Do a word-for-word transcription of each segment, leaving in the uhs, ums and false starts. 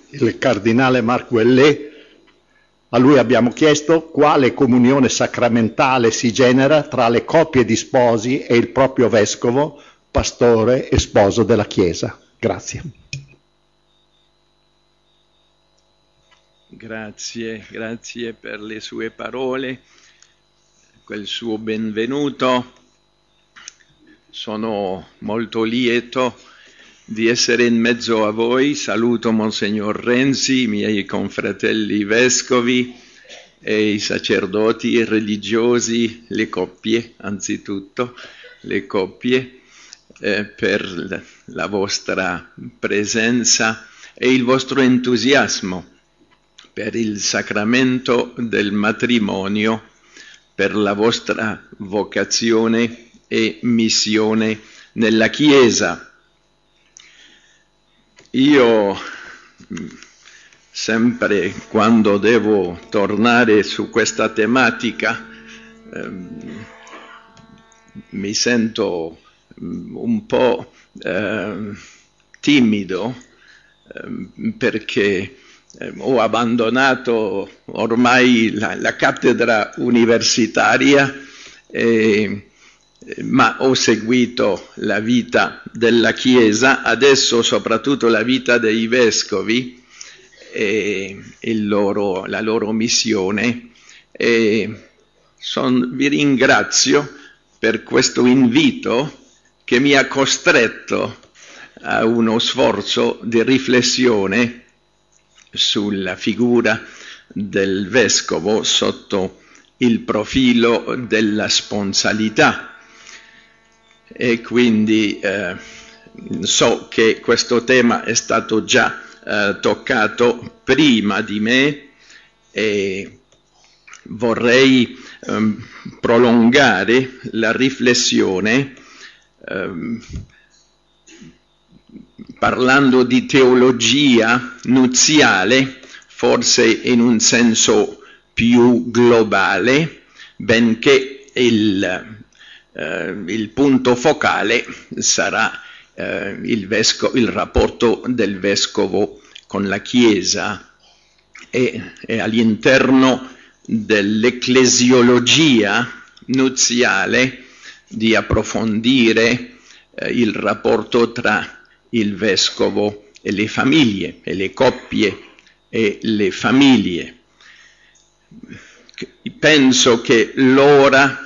il cardinale Marc Ouellet. A lui abbiamo chiesto quale comunione sacramentale si genera tra le coppie di sposi e il proprio vescovo, pastore e sposo della Chiesa. Grazie. Grazie, grazie per le sue parole, quel suo benvenuto. Sono molto lieto di essere in mezzo a voi. Saluto Monsignor Renzi, i miei confratelli vescovi e i sacerdoti religiosi, le coppie, anzitutto le coppie, eh, per la vostra presenza e il vostro entusiasmo per il sacramento del matrimonio, per la vostra vocazione e missione nella Chiesa. Io sempre quando devo tornare su questa tematica ehm, mi sento un po' eh, timido eh, perché eh, ho abbandonato ormai la, la cattedra universitaria, eh, ma ho seguito la vita della Chiesa, adesso soprattutto la vita dei vescovi e il loro, la loro missione. E son, vi ringrazio per questo invito che mi ha costretto a uno sforzo di riflessione sulla figura del vescovo sotto il profilo della sponsalità. E quindi eh, so che questo tema è stato già eh, toccato prima di me e vorrei eh, prolungare la riflessione eh, parlando di teologia nuziale, forse in un senso più globale, benché il Uh, il punto focale sarà uh, il, vesco- il rapporto del vescovo con la Chiesa e, e all'interno dell'ecclesiologia nuziale di approfondire uh, il rapporto tra il vescovo e le famiglie, e le coppie e le famiglie. Penso che l'ora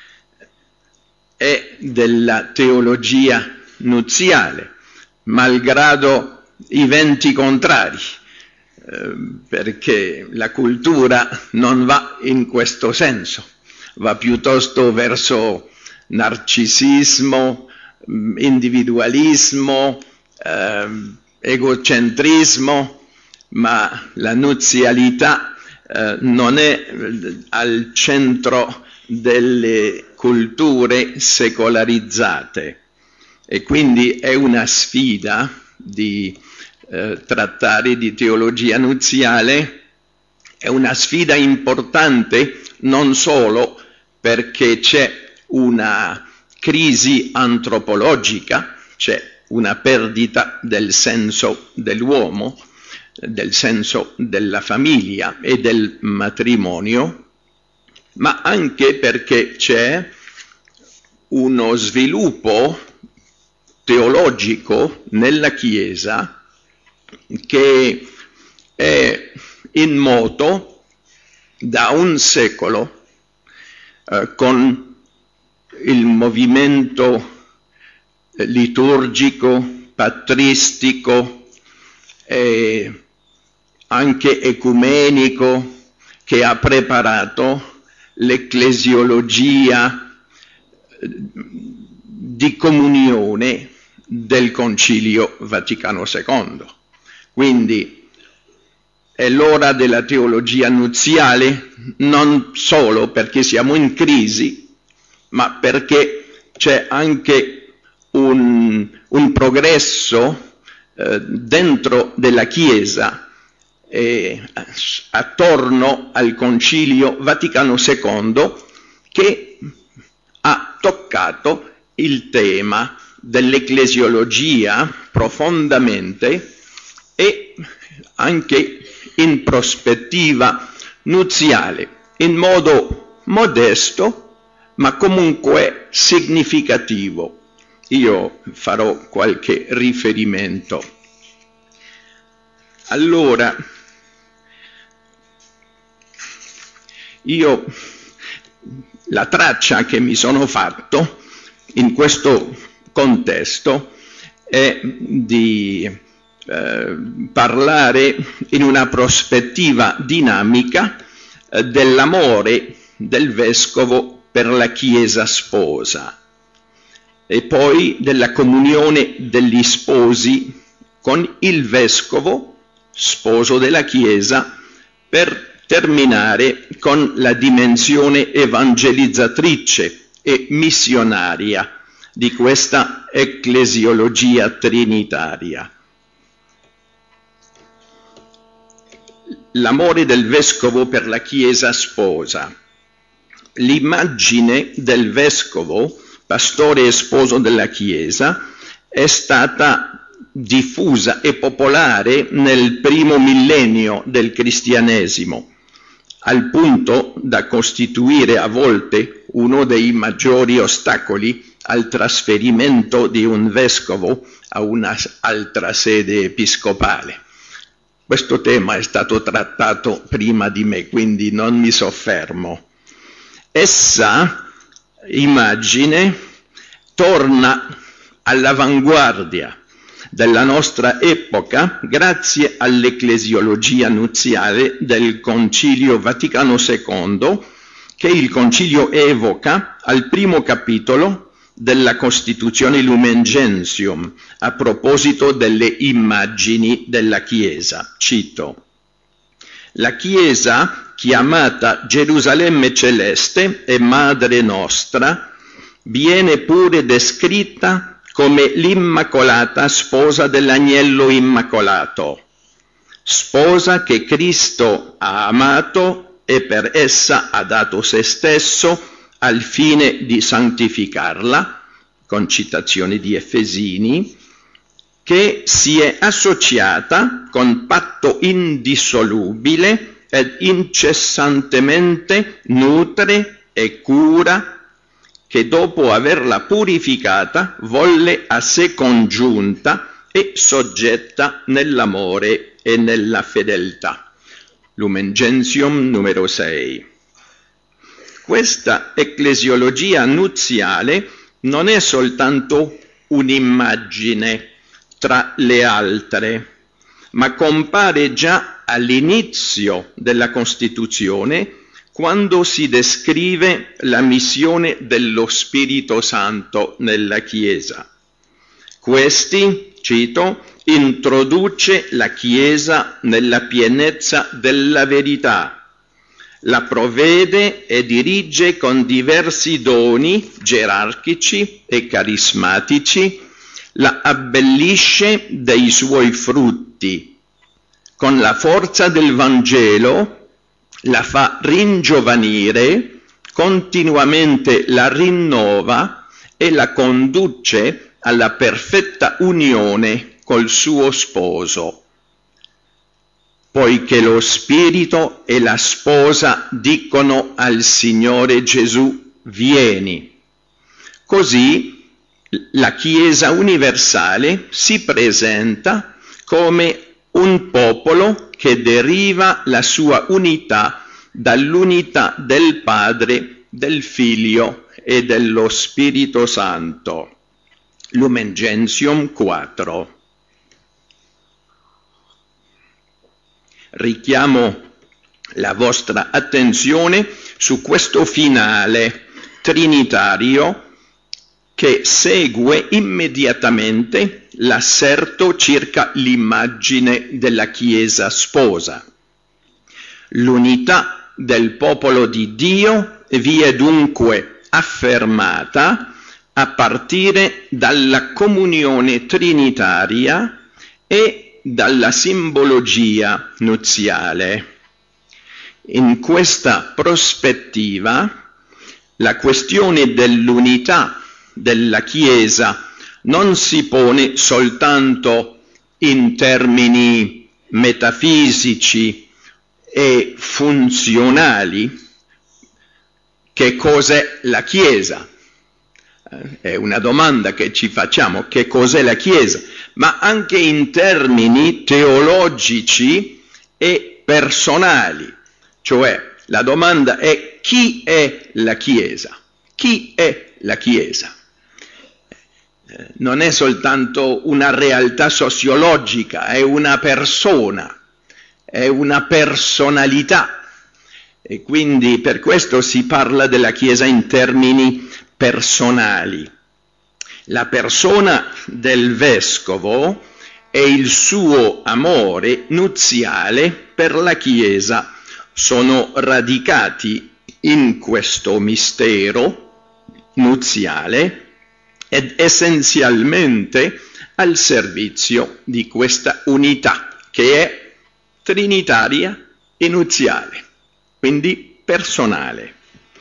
è della teologia nuziale, malgrado i venti contrari, eh, perché la cultura non va in questo senso, va piuttosto verso narcisismo, individualismo, eh, egocentrismo, ma la nuzialità eh, non è al centro delle culture secolarizzate e quindi è una sfida di eh, trattare di teologia nuziale, è una sfida importante non solo perché c'è una crisi antropologica, c'è una perdita del senso dell'uomo, del senso della famiglia e del matrimonio, ma anche perché c'è uno sviluppo teologico nella Chiesa che è in moto da un secolo eh, con il movimento liturgico, patristico e anche ecumenico che ha preparato l'ecclesiologia di comunione del Concilio Vaticano secondo. Quindi è l'ora della teologia nuziale, non solo perché siamo in crisi, ma perché c'è anche un, un progresso eh, dentro della Chiesa Eh, attorno al Concilio Vaticano secondo che ha toccato il tema dell'ecclesiologia profondamente e anche in prospettiva nuziale, in modo modesto, ma comunque significativo. Io farò qualche riferimento. Allora, io la traccia che mi sono fatto in questo contesto è di eh, parlare in una prospettiva dinamica eh, dell'amore del vescovo per la Chiesa sposa e poi della comunione degli sposi con il vescovo, sposo della Chiesa, per terminare con la dimensione evangelizzatrice e missionaria di questa ecclesiologia trinitaria. L'amore del vescovo per la Chiesa sposa. L'immagine del vescovo, pastore e sposo della Chiesa, è stata diffusa e popolare nel primo millennio del cristianesimo, al punto da costituire a volte uno dei maggiori ostacoli al trasferimento di un vescovo a un'altra sede episcopale. Questo tema è stato trattato prima di me, quindi non mi soffermo. Essa, immagine, torna all'avanguardia della nostra epoca grazie all'ecclesiologia nuziale del Concilio Vaticano secondo, che il Concilio evoca al primo capitolo della Costituzione Lumen Gentium a proposito delle immagini della Chiesa. Cito: la Chiesa, chiamata Gerusalemme celeste e madre nostra, viene pure descritta come l'immacolata sposa dell'agnello immacolato, sposa che Cristo ha amato e per essa ha dato se stesso al fine di santificarla, con citazioni di Efesini, che si è associata con patto indissolubile ed incessantemente nutre e cura, che dopo averla purificata volle a sé congiunta e soggetta nell'amore e nella fedeltà. Lumen Gentium numero sei. Questa ecclesiologia nuziale non è soltanto un'immagine tra le altre, ma compare già all'inizio della Costituzione, quando si descrive la missione dello Spirito Santo nella Chiesa. Questi, cito, introduce la Chiesa nella pienezza della verità, la provvede e dirige con diversi doni gerarchici e carismatici, la abbellisce dei suoi frutti. Con la forza del Vangelo la fa ringiovanire, continuamente la rinnova e la conduce alla perfetta unione col suo sposo. Poiché lo Spirito e la sposa dicono al Signore Gesù: vieni. Così la Chiesa universale si presenta come un popolo che deriva la sua unità dall'unità del Padre, del Figlio e dello Spirito Santo. Lumen Gentium quattro. Richiamo la vostra attenzione su questo finale trinitario che segue immediatamente l'asserto circa l'immagine della Chiesa sposa. L'unità del popolo di Dio vi è dunque affermata a partire dalla comunione trinitaria e dalla simbologia nuziale. In questa prospettiva, la questione dell'unità della Chiesa non si pone soltanto in termini metafisici e funzionali che cos'è la Chiesa. È una domanda che ci facciamo, che cos'è la Chiesa? Ma anche in termini teologici e personali, cioè la domanda è: chi è la Chiesa? Chi è la Chiesa? Non è soltanto una realtà sociologica, è una persona, è una personalità, e quindi per questo si parla della Chiesa in termini personali. La persona del vescovo e il suo amore nuziale per la Chiesa sono radicati in questo mistero nuziale ed essenzialmente al servizio di questa unità che è trinitaria e nuziale, quindi personale.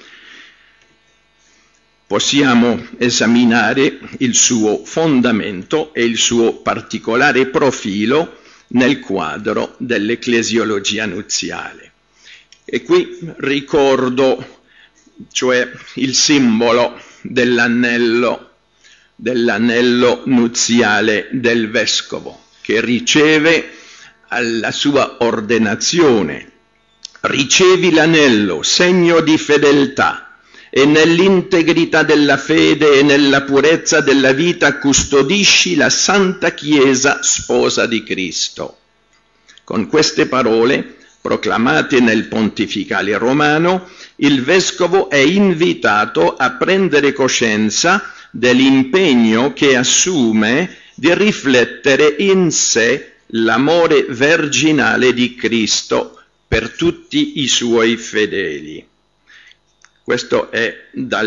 Possiamo esaminare il suo fondamento e il suo particolare profilo nel quadro dell'ecclesiologia nuziale. E qui ricordo, cioè, il simbolo dell'anello, dell'anello nuziale del vescovo, che riceve alla sua ordenazione: ricevi l'anello, segno di fedeltà, e nell'integrità della fede e nella purezza della vita custodisci la Santa Chiesa, sposa di Cristo. Con queste parole, proclamate nel pontificale romano, il vescovo è invitato a prendere coscienza dell'impegno che assume di riflettere in sé l'amore virginale di Cristo per tutti i suoi fedeli. Questo è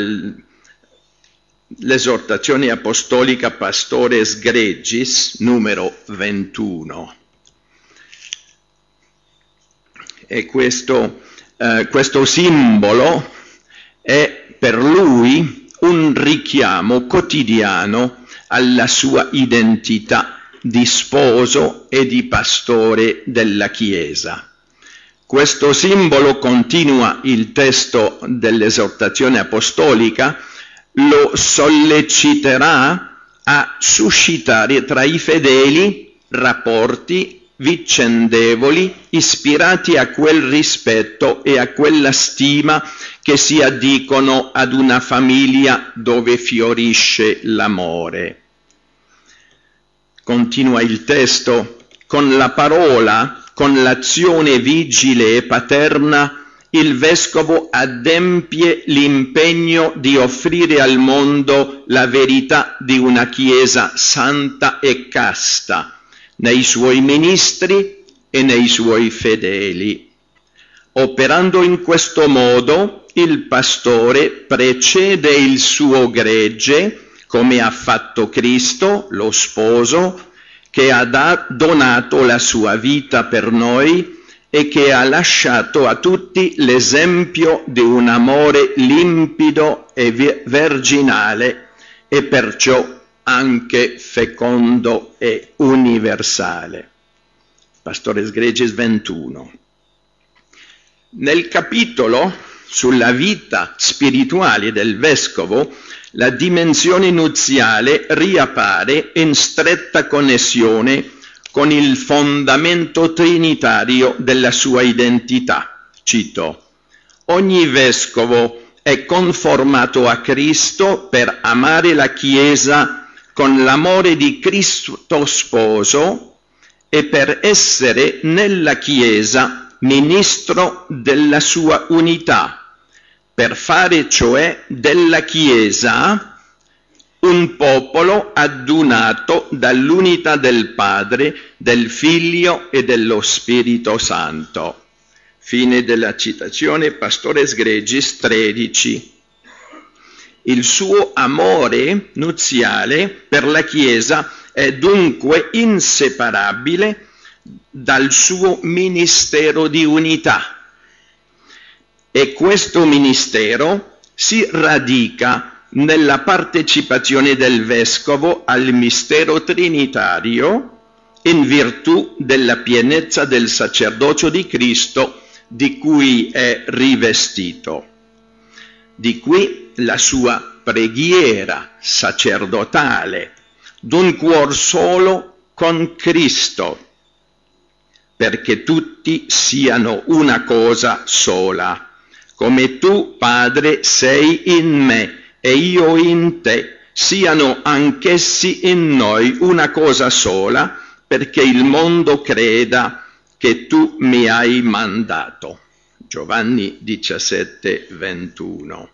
dall'esortazione apostolica Pastores Gregis, numero ventuno. E questo, eh, questo simbolo è per lui un richiamo quotidiano alla sua identità di sposo e di pastore della Chiesa. Questo simbolo, continua il testo dell'esortazione apostolica, lo solleciterà a suscitare tra i fedeli rapporti viccendevoli, ispirati a quel rispetto e a quella stima che si addicono ad una famiglia dove fiorisce l'amore. Continua il testo: con la parola, con l'azione vigile e paterna, il vescovo adempie l'impegno di offrire al mondo la verità di una Chiesa santa e casta, nei suoi ministri e nei suoi fedeli. Operando in questo modo, il pastore precede il suo gregge, come ha fatto Cristo, lo sposo, che ha da- donato la sua vita per noi e che ha lasciato a tutti l'esempio di un amore limpido e virginale e perciò anche fecondo e universale. Pastores Gregis ventuno. Nel capitolo sulla vita spirituale del vescovo, la dimensione nuziale riappare in stretta connessione con il fondamento trinitario della sua identità. Cito: ogni vescovo è conformato a Cristo per amare la Chiesa con l'amore di Cristo sposo e per essere nella Chiesa ministro della sua unità, per fare cioè della Chiesa un popolo adunato dall'unità del Padre, del Figlio e dello Spirito Santo. Fine della citazione, Pastores Gregis tredici. Il suo amore nuziale per la Chiesa è dunque inseparabile dal suo ministero di unità. E questo ministero si radica nella partecipazione del vescovo al mistero trinitario in virtù della pienezza del sacerdozio di Cristo di cui è rivestito. Di qui la sua preghiera sacerdotale, d'un cuor solo con Cristo, perché tutti siano una cosa sola, come tu, Padre, sei in me e io in te, siano anch'essi in noi una cosa sola, perché il mondo creda che tu mi hai mandato. Giovanni diciassette, ventuno.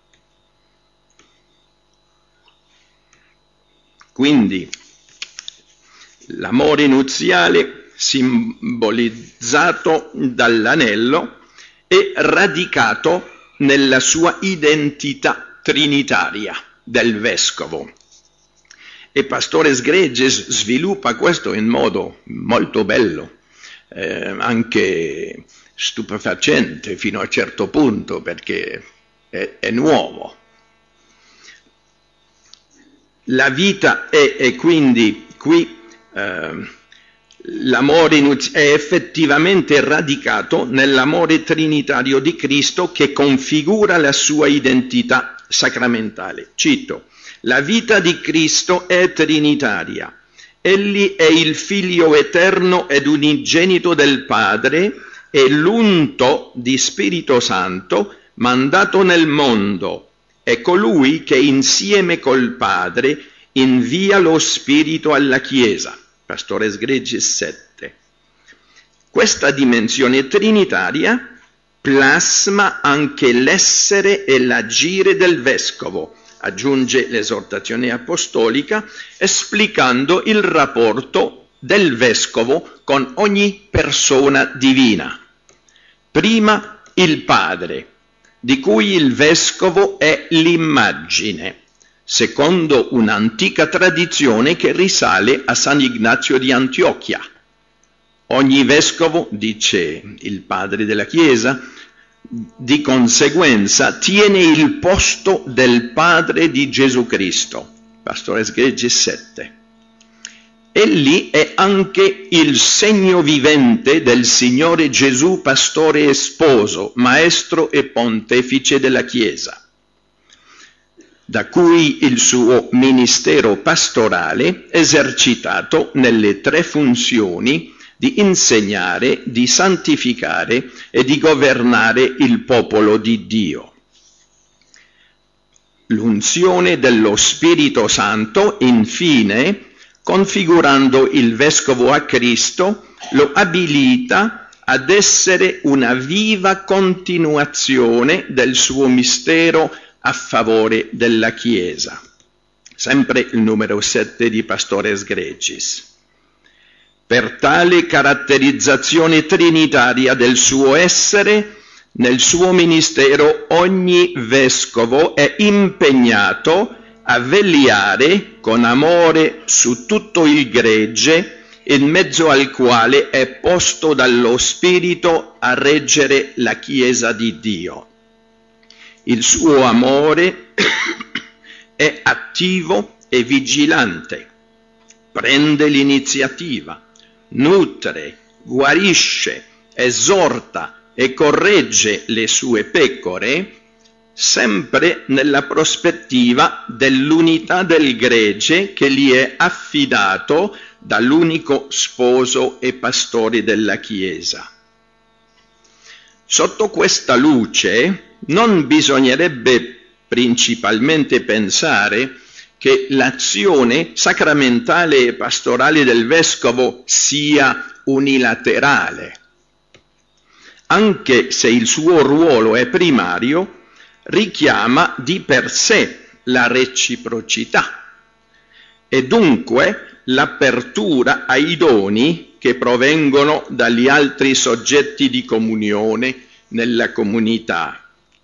Quindi l'amore nuziale, simbolizzato dall'anello, è radicato nella sua identità trinitaria del vescovo. E Pastore Sgregis sviluppa questo in modo molto bello, eh, anche stupefacente fino a un certo punto, perché è, è nuovo. La vita è, e quindi qui eh, l'amore è effettivamente radicato nell'amore trinitario di Cristo che configura la sua identità sacramentale. Cito: la vita di Cristo è trinitaria. Egli è il Figlio eterno ed unigenito del Padre e l'unto di Spirito Santo mandato nel mondo. È colui che insieme col Padre invia lo Spirito alla Chiesa. Pastore Sgregis sette. Questa dimensione trinitaria plasma anche l'essere e l'agire del vescovo, aggiunge l'esortazione apostolica, esplicando il rapporto del vescovo con ogni persona divina. Prima il Padre, di cui il vescovo è l'immagine, secondo un'antica tradizione che risale a San Ignazio di Antiochia. Ogni vescovo, dice il padre della Chiesa, di conseguenza tiene il posto del Padre di Gesù Cristo. Pastore Sgregis sette. Egli è anche il segno vivente del Signore Gesù, pastore e sposo, maestro e pontefice della Chiesa, da cui il suo ministero pastorale esercitato nelle tre funzioni di insegnare, di santificare e di governare il popolo di Dio. L'unzione dello Spirito Santo, infine, configurando il vescovo a Cristo, lo abilita ad essere una viva continuazione del suo mistero a favore della Chiesa. Sempre il numero sette di Pastore Sgregis. Per tale caratterizzazione trinitaria del suo essere, nel suo ministero ogni vescovo è impegnato a vegliare con amore su tutto il gregge, in mezzo al quale è posto dallo Spirito a reggere la Chiesa di Dio. Il suo amore è attivo e vigilante, prende l'iniziativa, nutre, guarisce, esorta e corregge le sue pecore, sempre nella prospettiva dell'unità del gregge che gli è affidato dall'unico sposo e pastore della Chiesa. Sotto questa luce non bisognerebbe principalmente pensare che l'azione sacramentale e pastorale del vescovo sia unilaterale. Anche se il suo ruolo è primario, richiama di per sé la reciprocità e dunque l'apertura ai doni che provengono dagli altri soggetti di comunione nella comunità.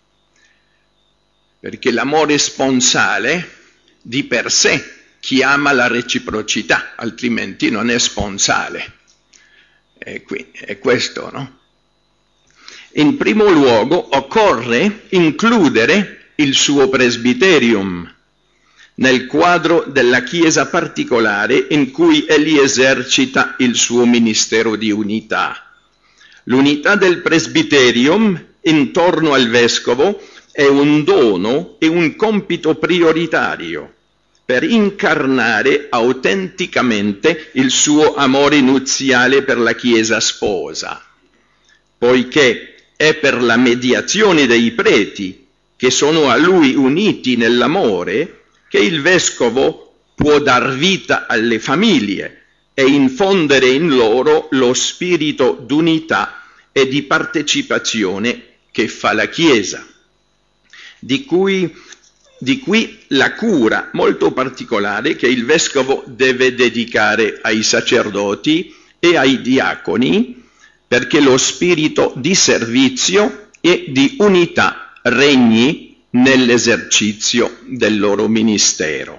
Perché l'amore sponsale di per sé chiama la reciprocità, altrimenti non è sponsale. E qui, è questo, no? In primo luogo occorre includere il suo presbiterium, nel quadro della Chiesa particolare in cui egli esercita il suo ministero di unità. L'unità del presbiterium intorno al vescovo è un dono e un compito prioritario per incarnare autenticamente il suo amore nuziale per la Chiesa sposa, poiché è per la mediazione dei preti, che sono a lui uniti nell'amore, che il vescovo può dar vita alle famiglie e infondere in loro lo spirito d'unità e di partecipazione che fa la Chiesa, di cui Di qui la cura molto particolare che il vescovo deve dedicare ai sacerdoti e ai diaconi, perché lo spirito di servizio e di unità regni nell'esercizio del loro ministero.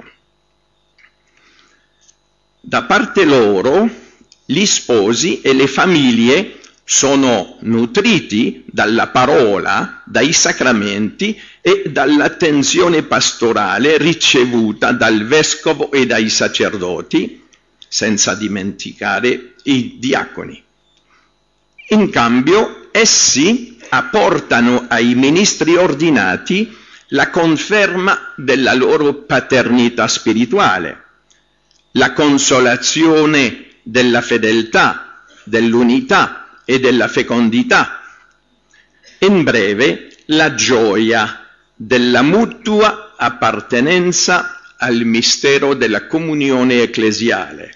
Da parte loro, gli sposi e le famiglie sono nutriti dalla parola, dai sacramenti e dall'attenzione pastorale ricevuta dal vescovo e dai sacerdoti, senza dimenticare i diaconi. In cambio, essi apportano ai ministri ordinati la conferma della loro paternità spirituale, la consolazione della fedeltà, dell'unità e della fecondità, in breve la gioia della mutua appartenenza al mistero della comunione ecclesiale.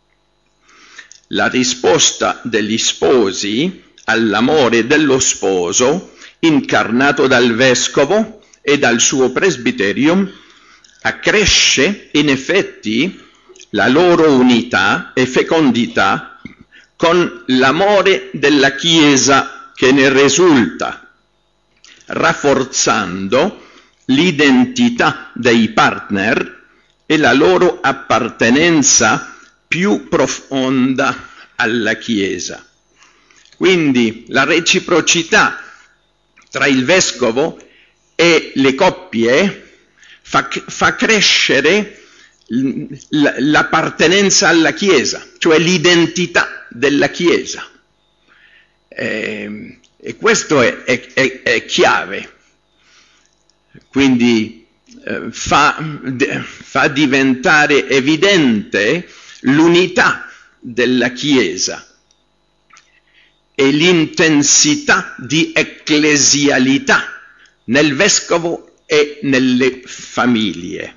La risposta degli sposi all'amore dello sposo, incarnato dal vescovo e dal suo presbiterium, accresce in effetti la loro unità e fecondità con l'amore della Chiesa che ne risulta, rafforzando l'identità dei partner e la loro appartenenza più profonda alla Chiesa. Quindi la reciprocità tra il vescovo e le coppie fa, fa crescere l'appartenenza alla Chiesa, cioè l'identità della Chiesa. E, e questo è, è, è, è chiave. Quindi eh, fa, de, fa diventare evidente l'unità della Chiesa e l'intensità di ecclesialità nel vescovo e nelle famiglie.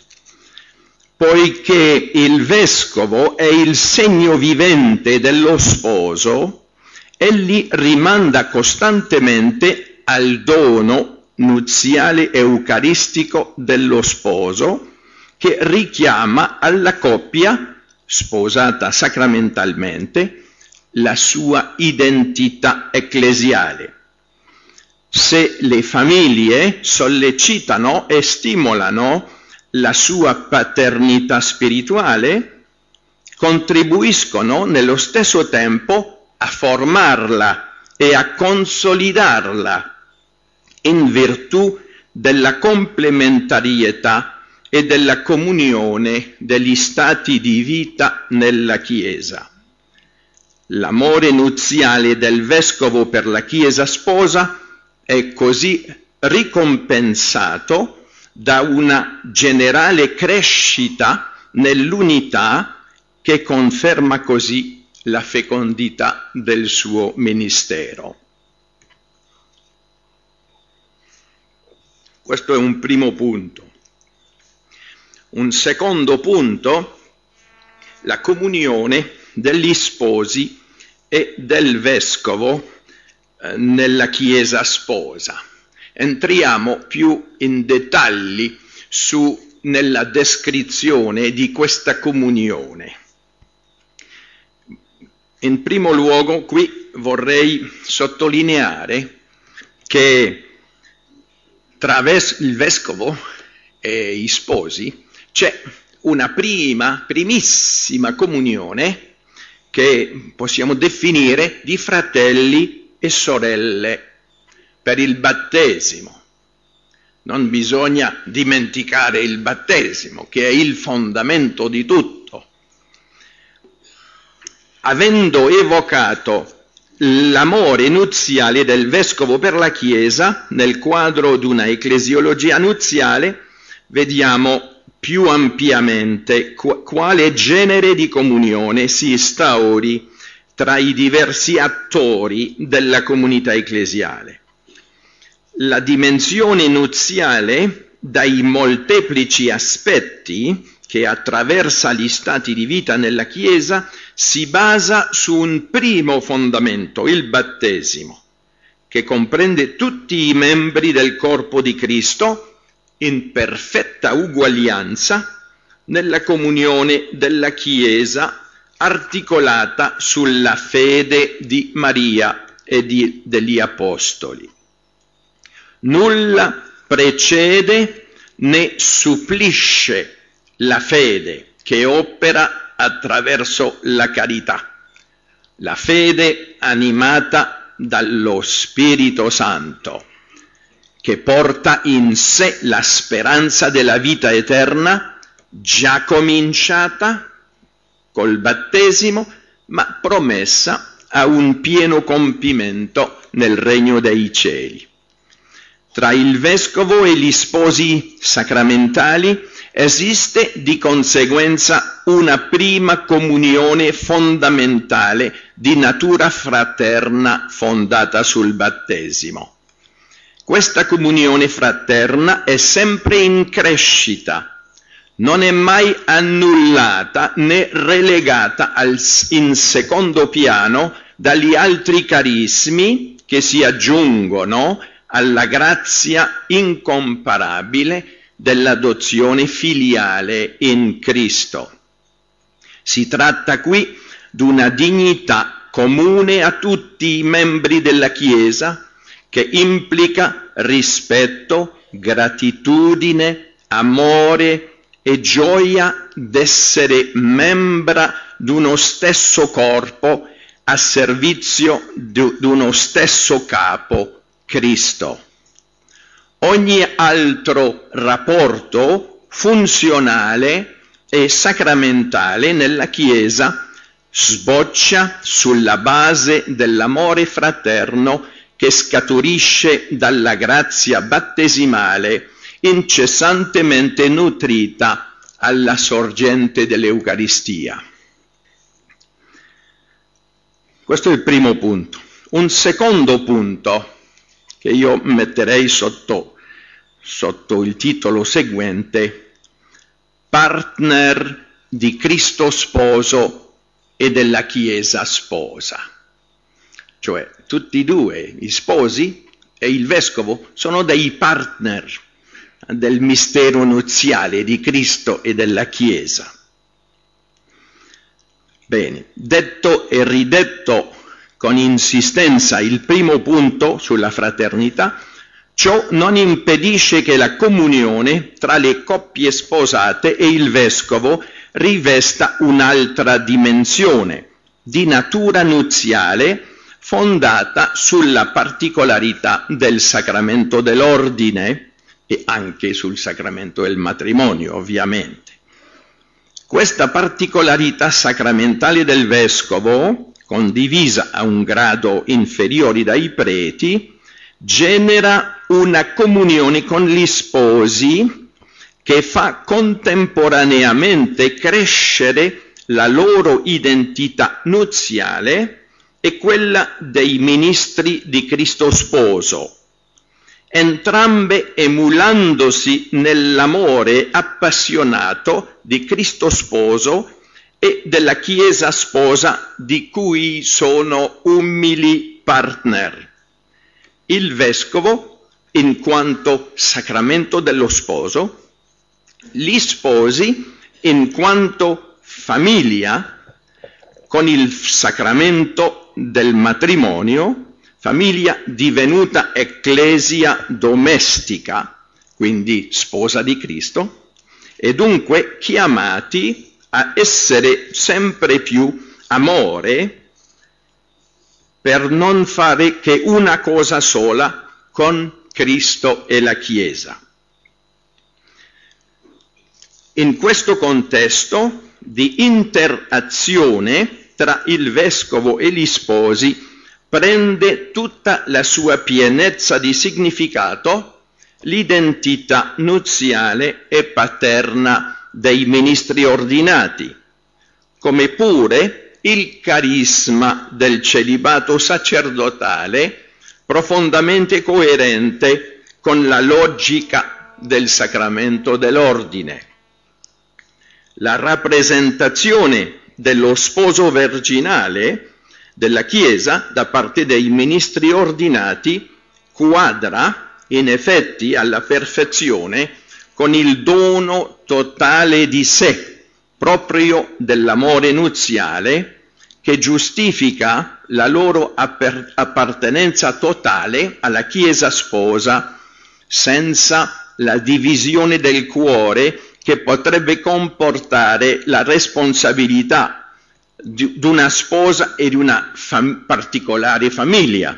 Poiché il vescovo è il segno vivente dello sposo, egli rimanda costantemente al dono nuziale eucaristico dello sposo, che richiama alla coppia, sposata sacramentalmente, la sua identità ecclesiale. Se le famiglie sollecitano e stimolano la sua paternità spirituale, contribuiscono nello stesso tempo a formarla e a consolidarla in virtù della complementarietà e della comunione degli stati di vita nella Chiesa. L'amore nuziale del vescovo per la Chiesa sposa è così ricompensato da una generale crescita nell'unità che conferma così la fecondità del suo ministero. Questo è un primo punto. Un secondo punto, la comunione degli sposi e del vescovo eh, nella Chiesa sposa. Entriamo più in dettagli su, nella descrizione di questa comunione. In primo luogo, qui vorrei sottolineare che tra ves- il vescovo e i sposi c'è una prima, primissima comunione che possiamo definire di fratelli e sorelle per il battesimo. Non bisogna dimenticare il battesimo, che è il fondamento di tutto. Avendo evocato l'amore nuziale del vescovo per la Chiesa, nel quadro di una ecclesiologia nuziale, vediamo più ampiamente quale genere di comunione si instauri tra i diversi attori della comunità ecclesiale. La dimensione nuziale, dai molteplici aspetti che attraversa gli stati di vita nella Chiesa, si basa su un primo fondamento, il battesimo, che comprende tutti i membri del corpo di Cristo in perfetta uguaglianza nella comunione della Chiesa articolata sulla fede di Maria e di, degli Apostoli. Nulla precede né supplisce la fede che opera attraverso la carità, la fede animata dallo Spirito Santo, che porta in sé la speranza della vita eterna, già cominciata col battesimo, ma promessa a un pieno compimento nel regno dei cieli. Tra il vescovo e gli sposi sacramentali esiste di conseguenza una prima comunione fondamentale di natura fraterna fondata sul battesimo. Questa comunione fraterna è sempre in crescita, non è mai annullata né relegata al, in secondo piano dagli altri carismi che si aggiungono alla grazia incomparabile dell'adozione filiale in Cristo. Si tratta qui di una dignità comune a tutti i membri della Chiesa che implica rispetto, gratitudine, amore e gioia d'essere membra di uno stesso corpo a servizio di uno stesso capo, Cristo. Ogni altro rapporto funzionale e sacramentale nella Chiesa sboccia sulla base dell'amore fraterno che scaturisce dalla grazia battesimale incessantemente nutrita alla sorgente dell'Eucaristia. Questo è il primo punto. Un secondo punto che io metterei sotto, sotto il titolo seguente: partner di Cristo sposo e della Chiesa sposa. Cioè tutti e due, gli sposi e il vescovo, sono dei partner del mistero nuziale di Cristo e della Chiesa. Bene, detto e ridetto con insistenza il primo punto sulla fraternità, ciò non impedisce che la comunione tra le coppie sposate e il vescovo rivesta un'altra dimensione di natura nuziale fondata sulla particolarità del sacramento dell'ordine e anche sul sacramento del matrimonio, ovviamente. Questa particolarità sacramentale del vescovo, condivisa a un grado inferiore dai preti, genera una comunione con gli sposi che fa contemporaneamente crescere la loro identità nuziale e quella dei ministri di Cristo sposo, entrambe emulandosi nell'amore appassionato di Cristo sposo e della Chiesa sposa di cui sono umili partner. Il vescovo in quanto sacramento dello sposo, gli sposi in quanto famiglia con il sacramento del matrimonio, famiglia divenuta ecclesia domestica, quindi sposa di Cristo, e dunque chiamati a essere sempre più amore per non fare che una cosa sola con Cristo e la Chiesa. In questo contesto di interazione tra il vescovo e gli sposi prende tutta la sua pienezza di significato l'identità nuziale e paterna dei ministri ordinati, come pure il carisma del celibato sacerdotale profondamente coerente con la logica del sacramento dell'ordine. La rappresentazione dello sposo virginale della Chiesa da parte dei ministri ordinati quadra in effetti alla perfezione con il dono totale di sé, proprio dell'amore nuziale, che giustifica la loro appartenenza totale alla Chiesa sposa, senza la divisione del cuore che potrebbe comportare la responsabilità di una sposa e di una fam- particolare famiglia.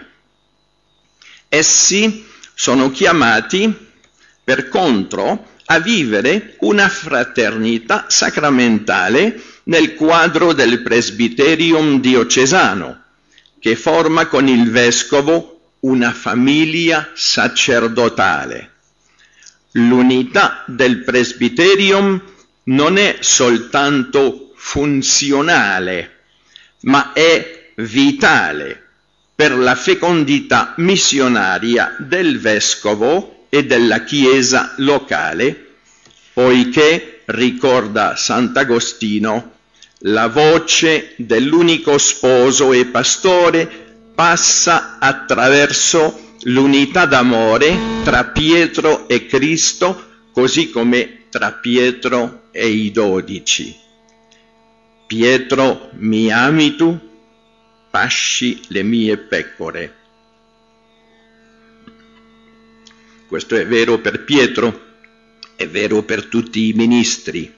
Essi sono chiamati, per contro, a vivere una fraternità sacramentale nel quadro del presbiterium diocesano, che forma con il vescovo una famiglia sacerdotale. L'unità del presbiterium non è soltanto funzionale, ma è vitale per la fecondità missionaria del vescovo e della Chiesa locale, poiché, ricorda Sant'Agostino, la voce dell'unico sposo e pastore passa attraverso l'unità d'amore tra Pietro e Cristo, così come tra Pietro e i dodici. Pietro, mi ami tu? Pasci le mie pecore. Questo è vero per Pietro, è vero per tutti i ministri.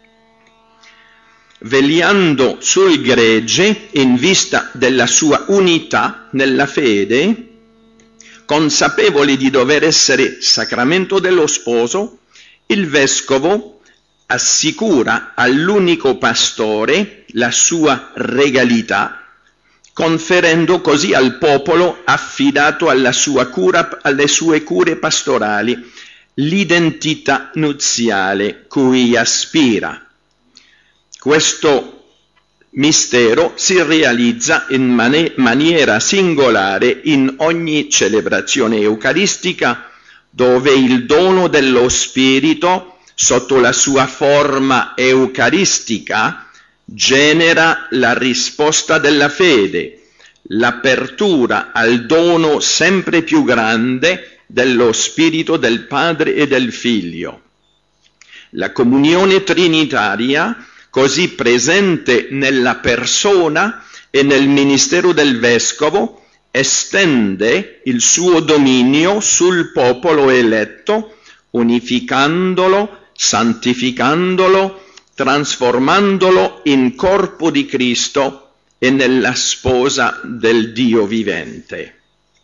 Vegliando sul gregge in vista della sua unità nella fede, consapevoli di dover essere sacramento dello sposo, il vescovo assicura all'unico pastore la sua regalità, conferendo così al popolo affidato alla sua cura, alle sue cure pastorali, l'identità nuziale cui aspira. Questo mistero si realizza in man- maniera singolare in ogni celebrazione eucaristica, dove il dono dello Spirito, sotto la sua forma eucaristica, genera la risposta della fede, l'apertura al dono sempre più grande dello Spirito del Padre e del Figlio. La comunione trinitaria, così presente nella persona e nel ministero del vescovo, estende il suo dominio sul popolo eletto, unificandolo, santificandolo, trasformandolo in corpo di Cristo e nella sposa del Dio vivente.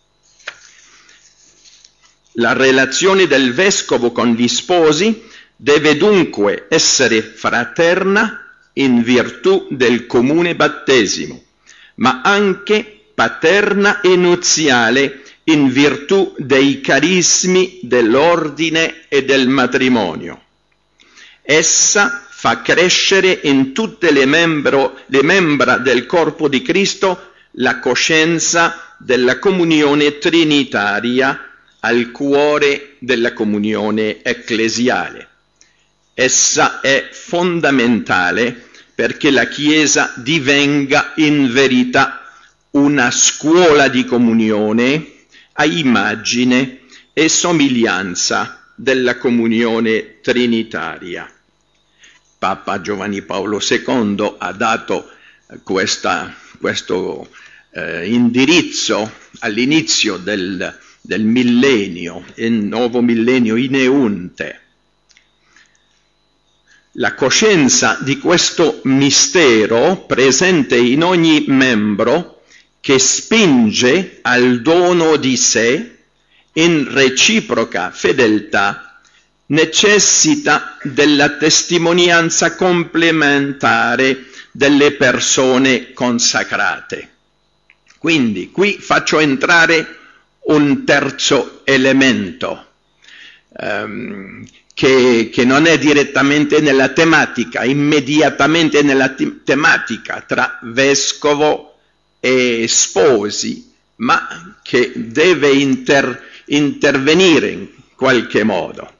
La relazione del vescovo con gli sposi deve dunque essere fraterna in virtù del comune battesimo, ma anche paterna e nuziale in virtù dei carismi dell'ordine e del matrimonio. Essa fa crescere in tutte le, membro, le membra del corpo di Cristo la coscienza della comunione trinitaria al cuore della comunione ecclesiale. Essa è fondamentale perché la Chiesa divenga in verità una scuola di comunione a immagine e somiglianza della comunione trinitaria. Papa Giovanni Paolo secondo ha dato questa, questo eh, indirizzo all'inizio del, del millennio, il nuovo millennio ineunte. La coscienza di questo mistero presente in ogni membro che spinge al dono di sé in reciproca fedeltà necessita della testimonianza complementare delle persone consacrate. Quindi qui faccio entrare un terzo elemento ehm, che, che non è direttamente nella tematica, immediatamente nella te- tematica tra vescovo e sposi, ma che deve inter- intervenire in qualche modo.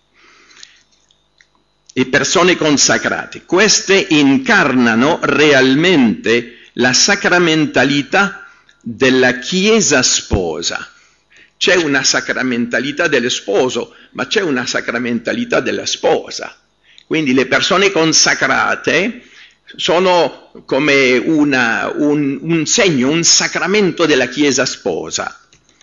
Le persone consacrate, queste incarnano realmente la sacramentalità della Chiesa sposa. C'è una sacramentalità dello sposo, ma c'è una sacramentalità della sposa. Quindi le persone consacrate sono come una, un, un segno, un sacramento della Chiesa sposa,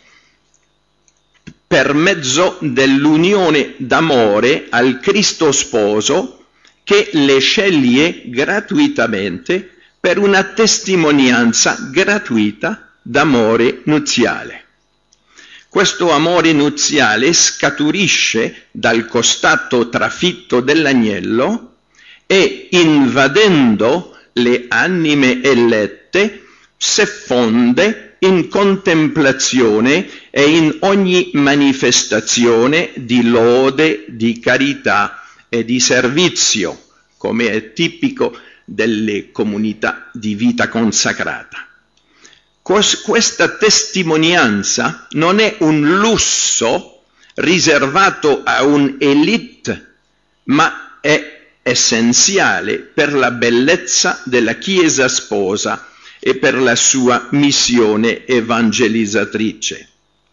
per mezzo dell'unione d'amore al Cristo sposo che le sceglie gratuitamente per una testimonianza gratuita d'amore nuziale. Questo amore nuziale scaturisce dal costato trafitto dell'agnello e, invadendo le anime elette, s'effonde in contemplazione e in ogni manifestazione di lode, di carità e di servizio, come è tipico delle comunità di vita consacrata. Questa testimonianza non è un lusso riservato a un'elite, ma è essenziale per la bellezza della Chiesa sposa e per la sua missione evangelizzatrice.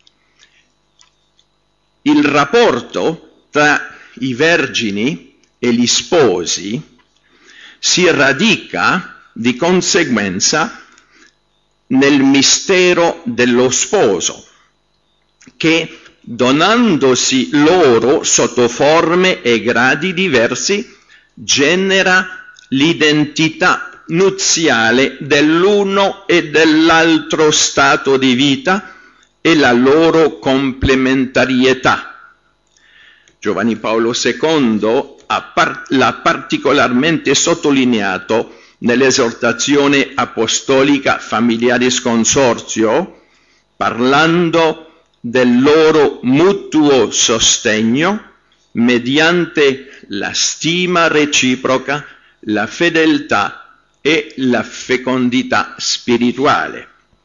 Il rapporto tra i vergini e gli sposi si radica di conseguenza nel mistero dello sposo, che donandosi loro sotto forme e gradi diversi genera l'identità nuziale dell'uno e dell'altro stato di vita e la loro complementarietà. Giovanni Paolo secondo l'ha particolarmente sottolineato nell'esortazione apostolica Familiaris Consortio, parlando del loro mutuo sostegno mediante la stima reciproca, la fedeltà e la fecondità spirituale.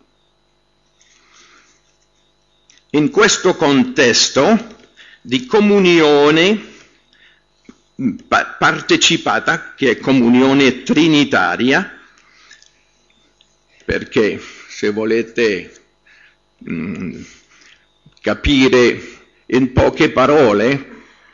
In questo contesto di comunione partecipata, che è comunione trinitaria, perché se volete mh, capire in poche parole,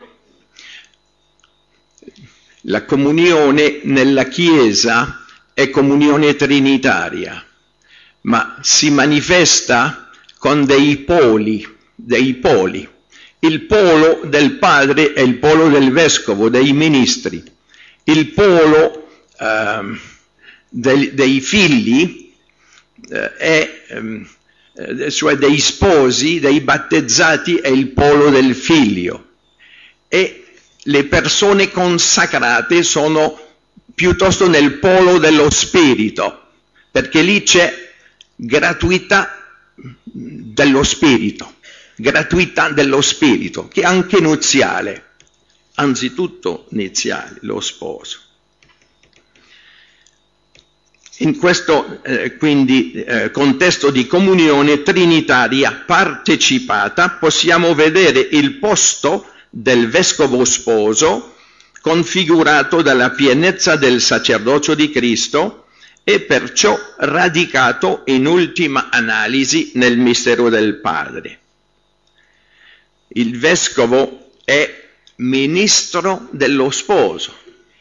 la comunione nella Chiesa è comunione trinitaria, ma si manifesta con dei poli, dei poli. Il polo del padre è il polo del vescovo, dei ministri. Il polo eh, dei, dei figli eh, è, eh, cioè dei sposi, dei battezzati, è il polo del figlio. E le persone consacrate sono piuttosto nel polo dello spirito, perché lì c'è gratuità dello spirito. Gratuità dello spirito, che è anche nuziale, anzitutto nuziale, lo sposo. In questo eh, quindi eh, contesto di comunione trinitaria partecipata possiamo vedere il posto del vescovo sposo configurato dalla pienezza del sacerdozio di Cristo e perciò radicato in ultima analisi nel mistero del Padre. Il vescovo è ministro dello sposo,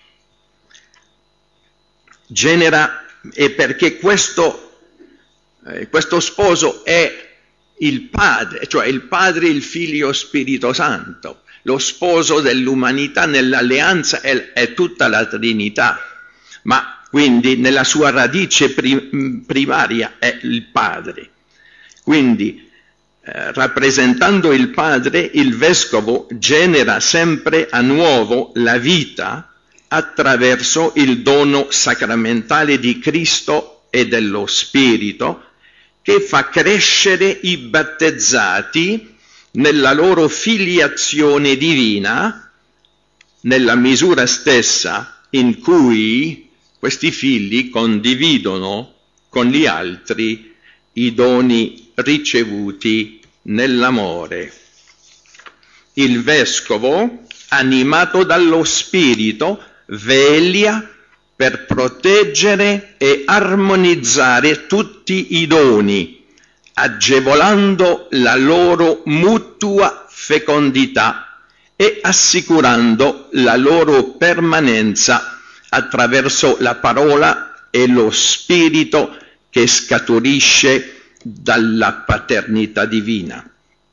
genera, e perché questo, eh, questo sposo è il Padre, cioè il Padre, il Figlio, Spirito Santo, lo sposo dell'umanità nell'alleanza è, è tutta la Trinità, ma quindi nella sua radice prim- primaria è il Padre. Quindi Eh, rappresentando il Padre, il Vescovo genera sempre a nuovo la vita attraverso il dono sacramentale di Cristo e dello Spirito, che fa crescere i battezzati nella loro filiazione divina, nella misura stessa in cui questi figli condividono con gli altri i doni ricevuti nell'amore. Il Vescovo, animato dallo Spirito, veglia per proteggere e armonizzare tutti i doni, agevolando la loro mutua fecondità e assicurando la loro permanenza attraverso la parola e lo Spirito che scaturisce dalla paternità divina.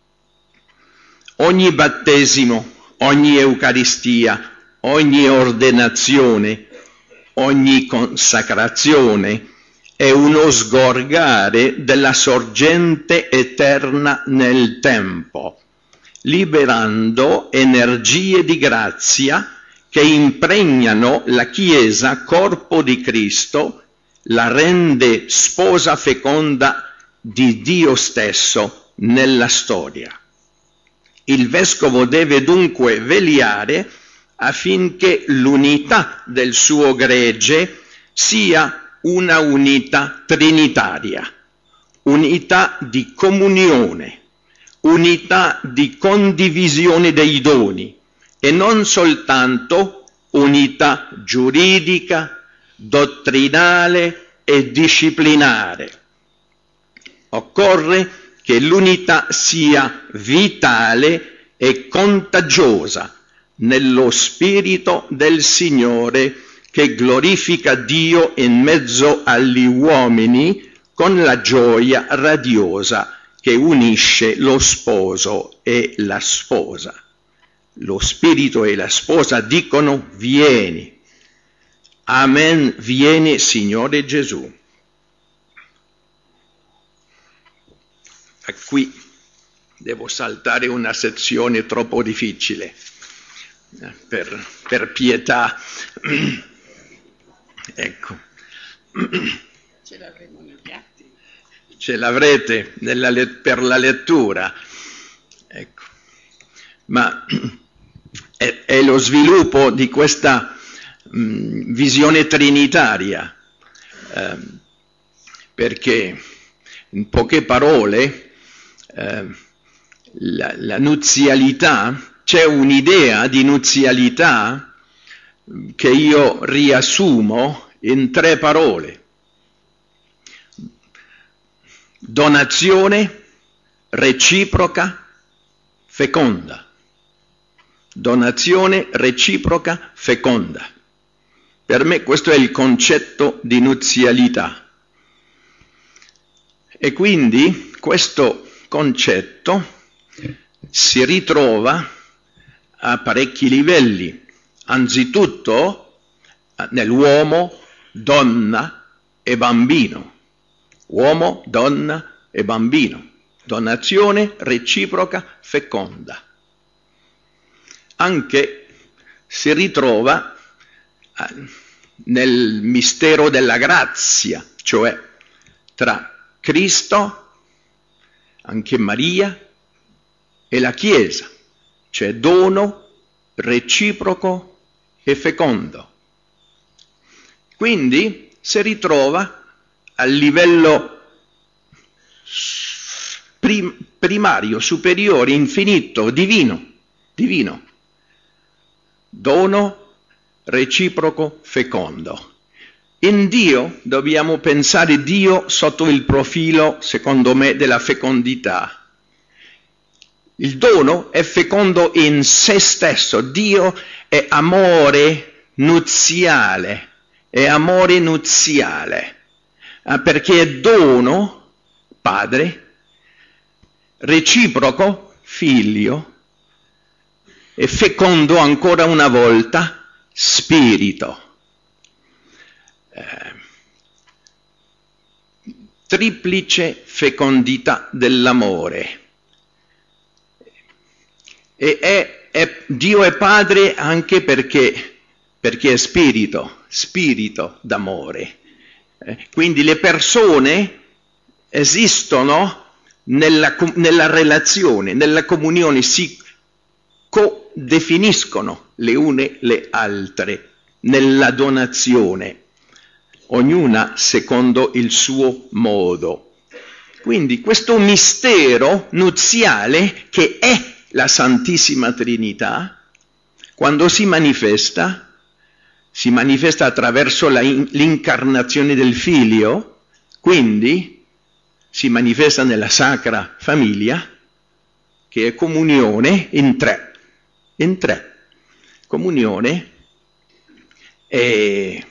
Ogni battesimo, ogni Eucaristia, ogni ordenazione, ogni consacrazione è uno sgorgare della sorgente eterna nel tempo, liberando energie di grazia che impregnano la Chiesa, corpo di Cristo, la rende sposa feconda di Dio stesso nella storia. Il Vescovo deve dunque vegliare affinché l'unità del suo gregge sia una unità trinitaria, unità di comunione, unità di condivisione dei doni e non soltanto unità giuridica, dottrinale e disciplinare. Occorre che l'unità sia vitale e contagiosa nello spirito del Signore che glorifica Dio in mezzo agli uomini con la gioia radiosa che unisce lo sposo e la sposa. Lo spirito e la sposa dicono: vieni. Amen, vieni Signore Gesù. E qui devo saltare una sezione troppo difficile. Per, per pietà, ecco, ce l'avremo negli atti, ce l'avrete nella, per la lettura, ecco, ma è, è lo sviluppo di questa mh, visione trinitaria, eh, perché in poche parole eh, la, la nuzialità, c'è un'idea di nuzialità che io riassumo in tre parole: donazione, reciproca, feconda. Donazione, reciproca, feconda. Per me questo è il concetto di nuzialità. E quindi questo concetto si ritrova a parecchi livelli, anzitutto nell'uomo, donna e bambino. Uomo, donna e bambino. Donazione reciproca feconda. Anche si ritrova nel mistero della grazia, cioè tra Cristo, anche Maria e la Chiesa. C'è dono reciproco e fecondo. Quindi si ritrova al livello prim- primario, superiore, infinito, divino, divino. Dono reciproco fecondo. In Dio dobbiamo pensare Dio sotto il profilo, secondo me, della fecondità. Il dono è fecondo in se stesso. Dio è amore nuziale, è amore nuziale, perché è dono, padre, reciproco, figlio, e fecondo ancora una volta, spirito. Eh, triplice fecondità dell'amore. E è, è, Dio è Padre anche perché, perché è spirito, spirito d'amore. Eh, quindi le persone esistono nella, nella relazione, nella comunione, si co-definiscono le une le altre nella donazione, ognuna secondo il suo modo. Quindi questo mistero nuziale che è la Santissima Trinità, quando si manifesta, si manifesta attraverso la in, l'incarnazione del Figlio, quindi si manifesta nella Sacra Famiglia, che è comunione in tre, in tre, comunione e,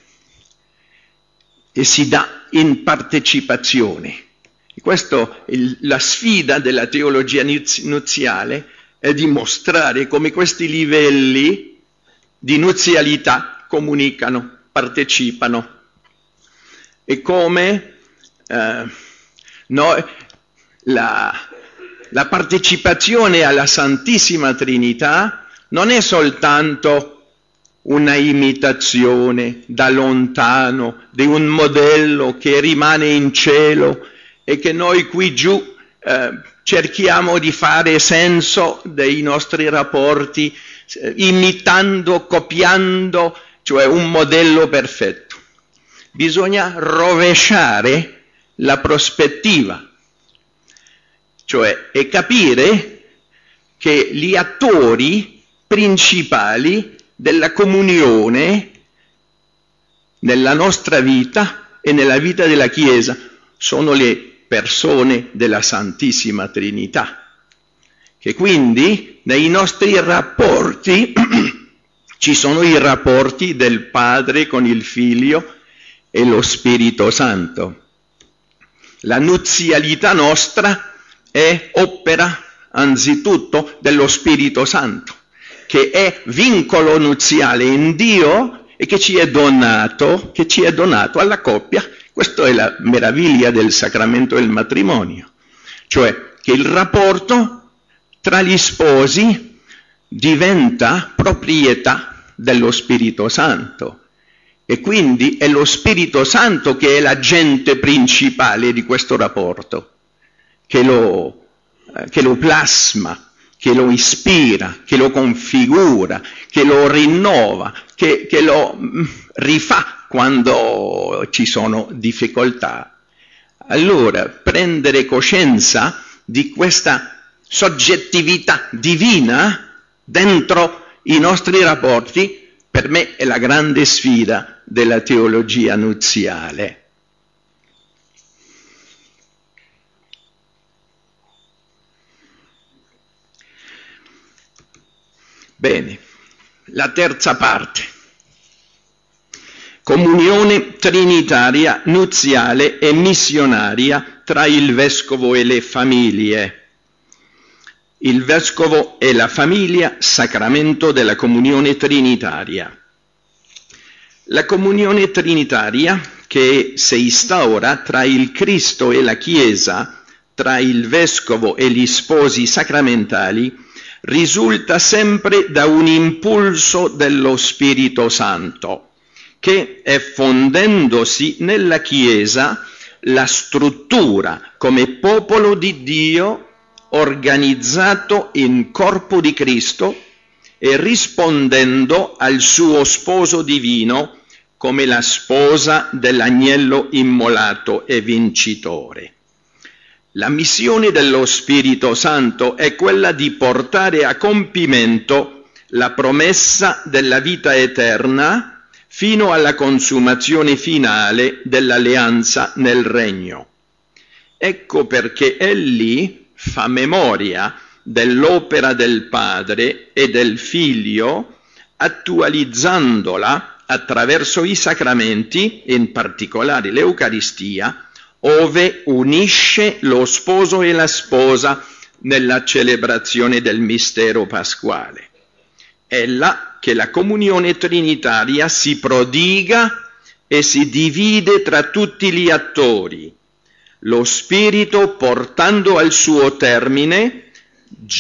e si dà in partecipazione. E questo è la sfida della teologia nuziale, è dimostrare come questi livelli di nuzialità comunicano, partecipano e come eh, noi, la, la partecipazione alla Santissima Trinità non è soltanto una imitazione da lontano di un modello che rimane in cielo e che noi qui giù eh, cerchiamo di fare senso dei nostri rapporti, eh, imitando, copiando, cioè un modello perfetto. Bisogna rovesciare la prospettiva, cioè e capire che gli attori principali della comunione nella nostra vita e nella vita della Chiesa sono le persone della Santissima Trinità, che quindi nei nostri rapporti ci sono i rapporti del Padre con il Figlio e lo Spirito Santo. La nuzialità nostra è opera anzitutto dello Spirito Santo, che è vincolo nuziale in Dio e che ci è donato, che ci è donato alla coppia. Questa è la meraviglia del sacramento del matrimonio, cioè che il rapporto tra gli sposi diventa proprietà dello Spirito Santo e quindi è lo Spirito Santo che è l'agente principale di questo rapporto, che lo, eh, che lo plasma, che lo ispira, che lo configura, che lo rinnova, che, che lo rifà quando ci sono difficoltà. Allora, prendere coscienza di questa soggettività divina dentro i nostri rapporti, per me è la grande sfida della teologia nuziale. Bene, la terza parte. Comunione trinitaria, nuziale e missionaria tra il vescovo e le famiglie. Il vescovo e la famiglia, sacramento della comunione trinitaria. La comunione trinitaria che si instaura tra il Cristo e la Chiesa, tra il vescovo e gli sposi sacramentali, risulta sempre da un impulso dello Spirito Santo, che è fondendosi nella Chiesa la struttura come popolo di Dio organizzato in corpo di Cristo e rispondendo al suo sposo divino come la sposa dell'agnello immolato e vincitore. La missione dello Spirito Santo è quella di portare a compimento la promessa della vita eterna fino alla consumazione finale dell'alleanza nel regno. Ecco perché egli fa memoria dell'opera del Padre e del Figlio, attualizzandola attraverso i sacramenti, in particolare l'Eucaristia, ove unisce lo sposo e la sposa nella celebrazione del mistero pasquale. È là che la comunione trinitaria si prodiga e si divide tra tutti gli attori, lo Spirito portando al suo termine, già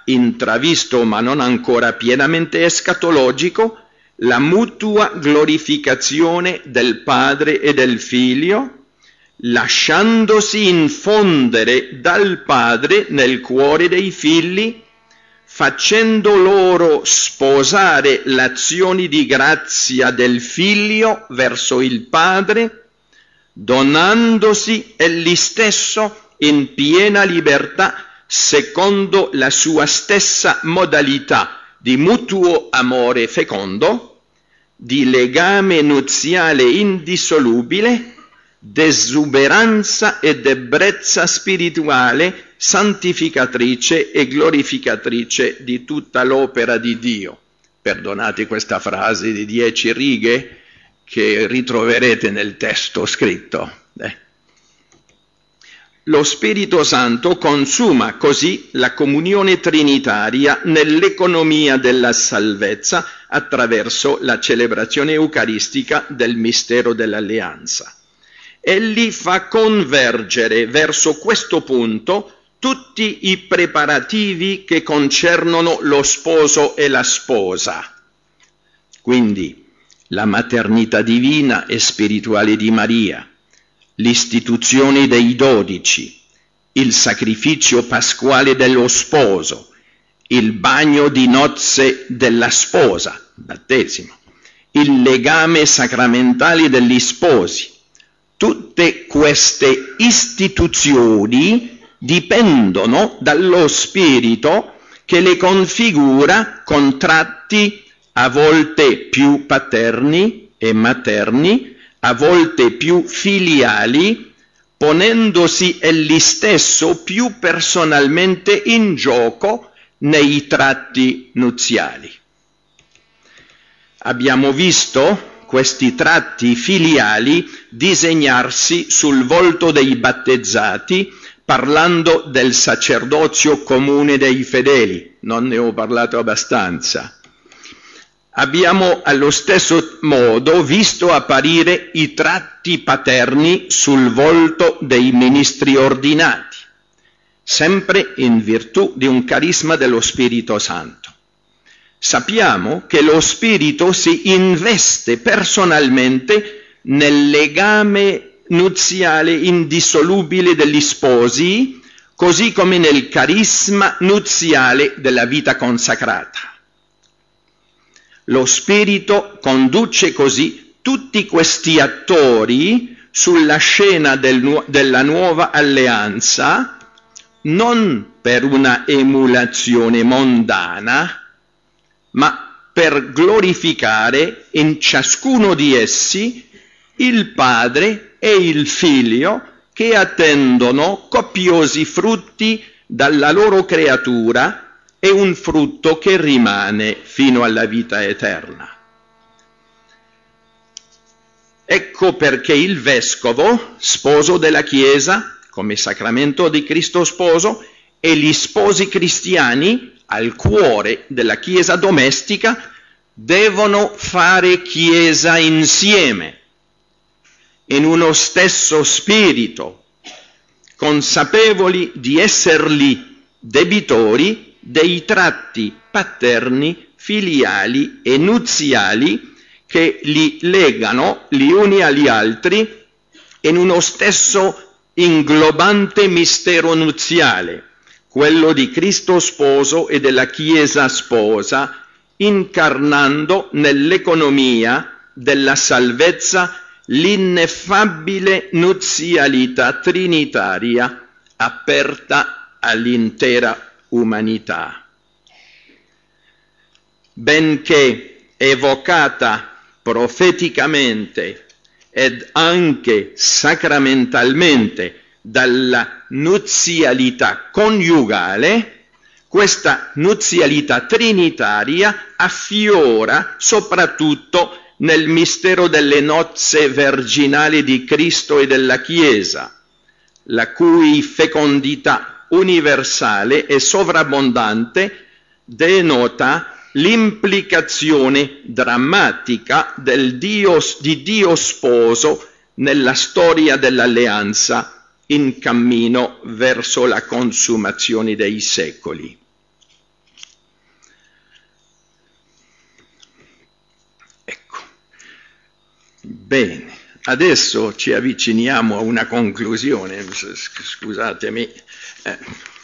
intravisto ma non ancora pienamente escatologico, la mutua glorificazione del Padre e del Figlio, lasciandosi infondere dal Padre nel cuore dei figli, facendo loro sposare l'azione di grazia del Figlio verso il Padre, donandosi egli stesso in piena libertà secondo la sua stessa modalità di mutuo amore fecondo, di legame nuziale indissolubile, d'esuberanza ed ebbrezza spirituale, santificatrice e glorificatrice di tutta l'opera di Dio. Perdonate questa frase di dieci righe che ritroverete nel testo scritto. Eh. Lo Spirito Santo consuma così la comunione trinitaria nell'economia della salvezza attraverso la celebrazione eucaristica del mistero dell'alleanza. Egli fa convergere verso questo punto tutti i preparativi che concernono lo sposo e la sposa. Quindi la maternità divina e spirituale di Maria, l'istituzione dei dodici, il sacrificio pasquale dello sposo, il bagno di nozze della sposa, battesimo, il legame sacramentale degli sposi. Tutte queste istituzioni dipendono dallo Spirito che le configura con tratti a volte più paterni e materni, a volte più filiali, ponendosi egli stesso più personalmente in gioco nei tratti nuziali. Abbiamo visto questi tratti filiali disegnarsi sul volto dei battezzati, parlando del sacerdozio comune dei fedeli. Non ne ho parlato abbastanza. Abbiamo allo stesso modo visto apparire i tratti paterni sul volto dei ministri ordinati, sempre in virtù di un carisma dello Spirito Santo. Sappiamo che lo Spirito si investe personalmente nel legame nuziale indissolubile degli sposi, così come nel carisma nuziale della vita consacrata. Lo Spirito conduce così tutti questi attori sulla scena del nu- della nuova alleanza, non per una emulazione mondana, ma per glorificare in ciascuno di essi il Padre e il Figlio, che attendono copiosi frutti dalla loro creatura e un frutto che rimane fino alla vita eterna. Ecco perché il Vescovo, sposo della Chiesa, come sacramento di Cristo sposo, e gli sposi cristiani, al cuore della Chiesa domestica, devono fare Chiesa insieme, in uno stesso spirito, consapevoli di esserli debitori dei tratti paterni, filiali e nuziali che li legano gli uni agli altri in uno stesso inglobante mistero nuziale, quello di Cristo sposo e della Chiesa sposa, incarnando nell'economia della salvezza l'ineffabile nuzialità trinitaria aperta all'intera umanità. Benché evocata profeticamente ed anche sacramentalmente dalla nuzialità coniugale, questa nuzialità trinitaria affiora soprattutto nel mistero delle nozze virginali di Cristo e della Chiesa, la cui fecondità universale e sovrabbondante denota l'implicazione drammatica del Dio, di Dio sposo nella storia dell'alleanza in cammino verso la consumazione dei secoli. Bene, adesso ci avviciniamo a una conclusione, scusatemi. Eh.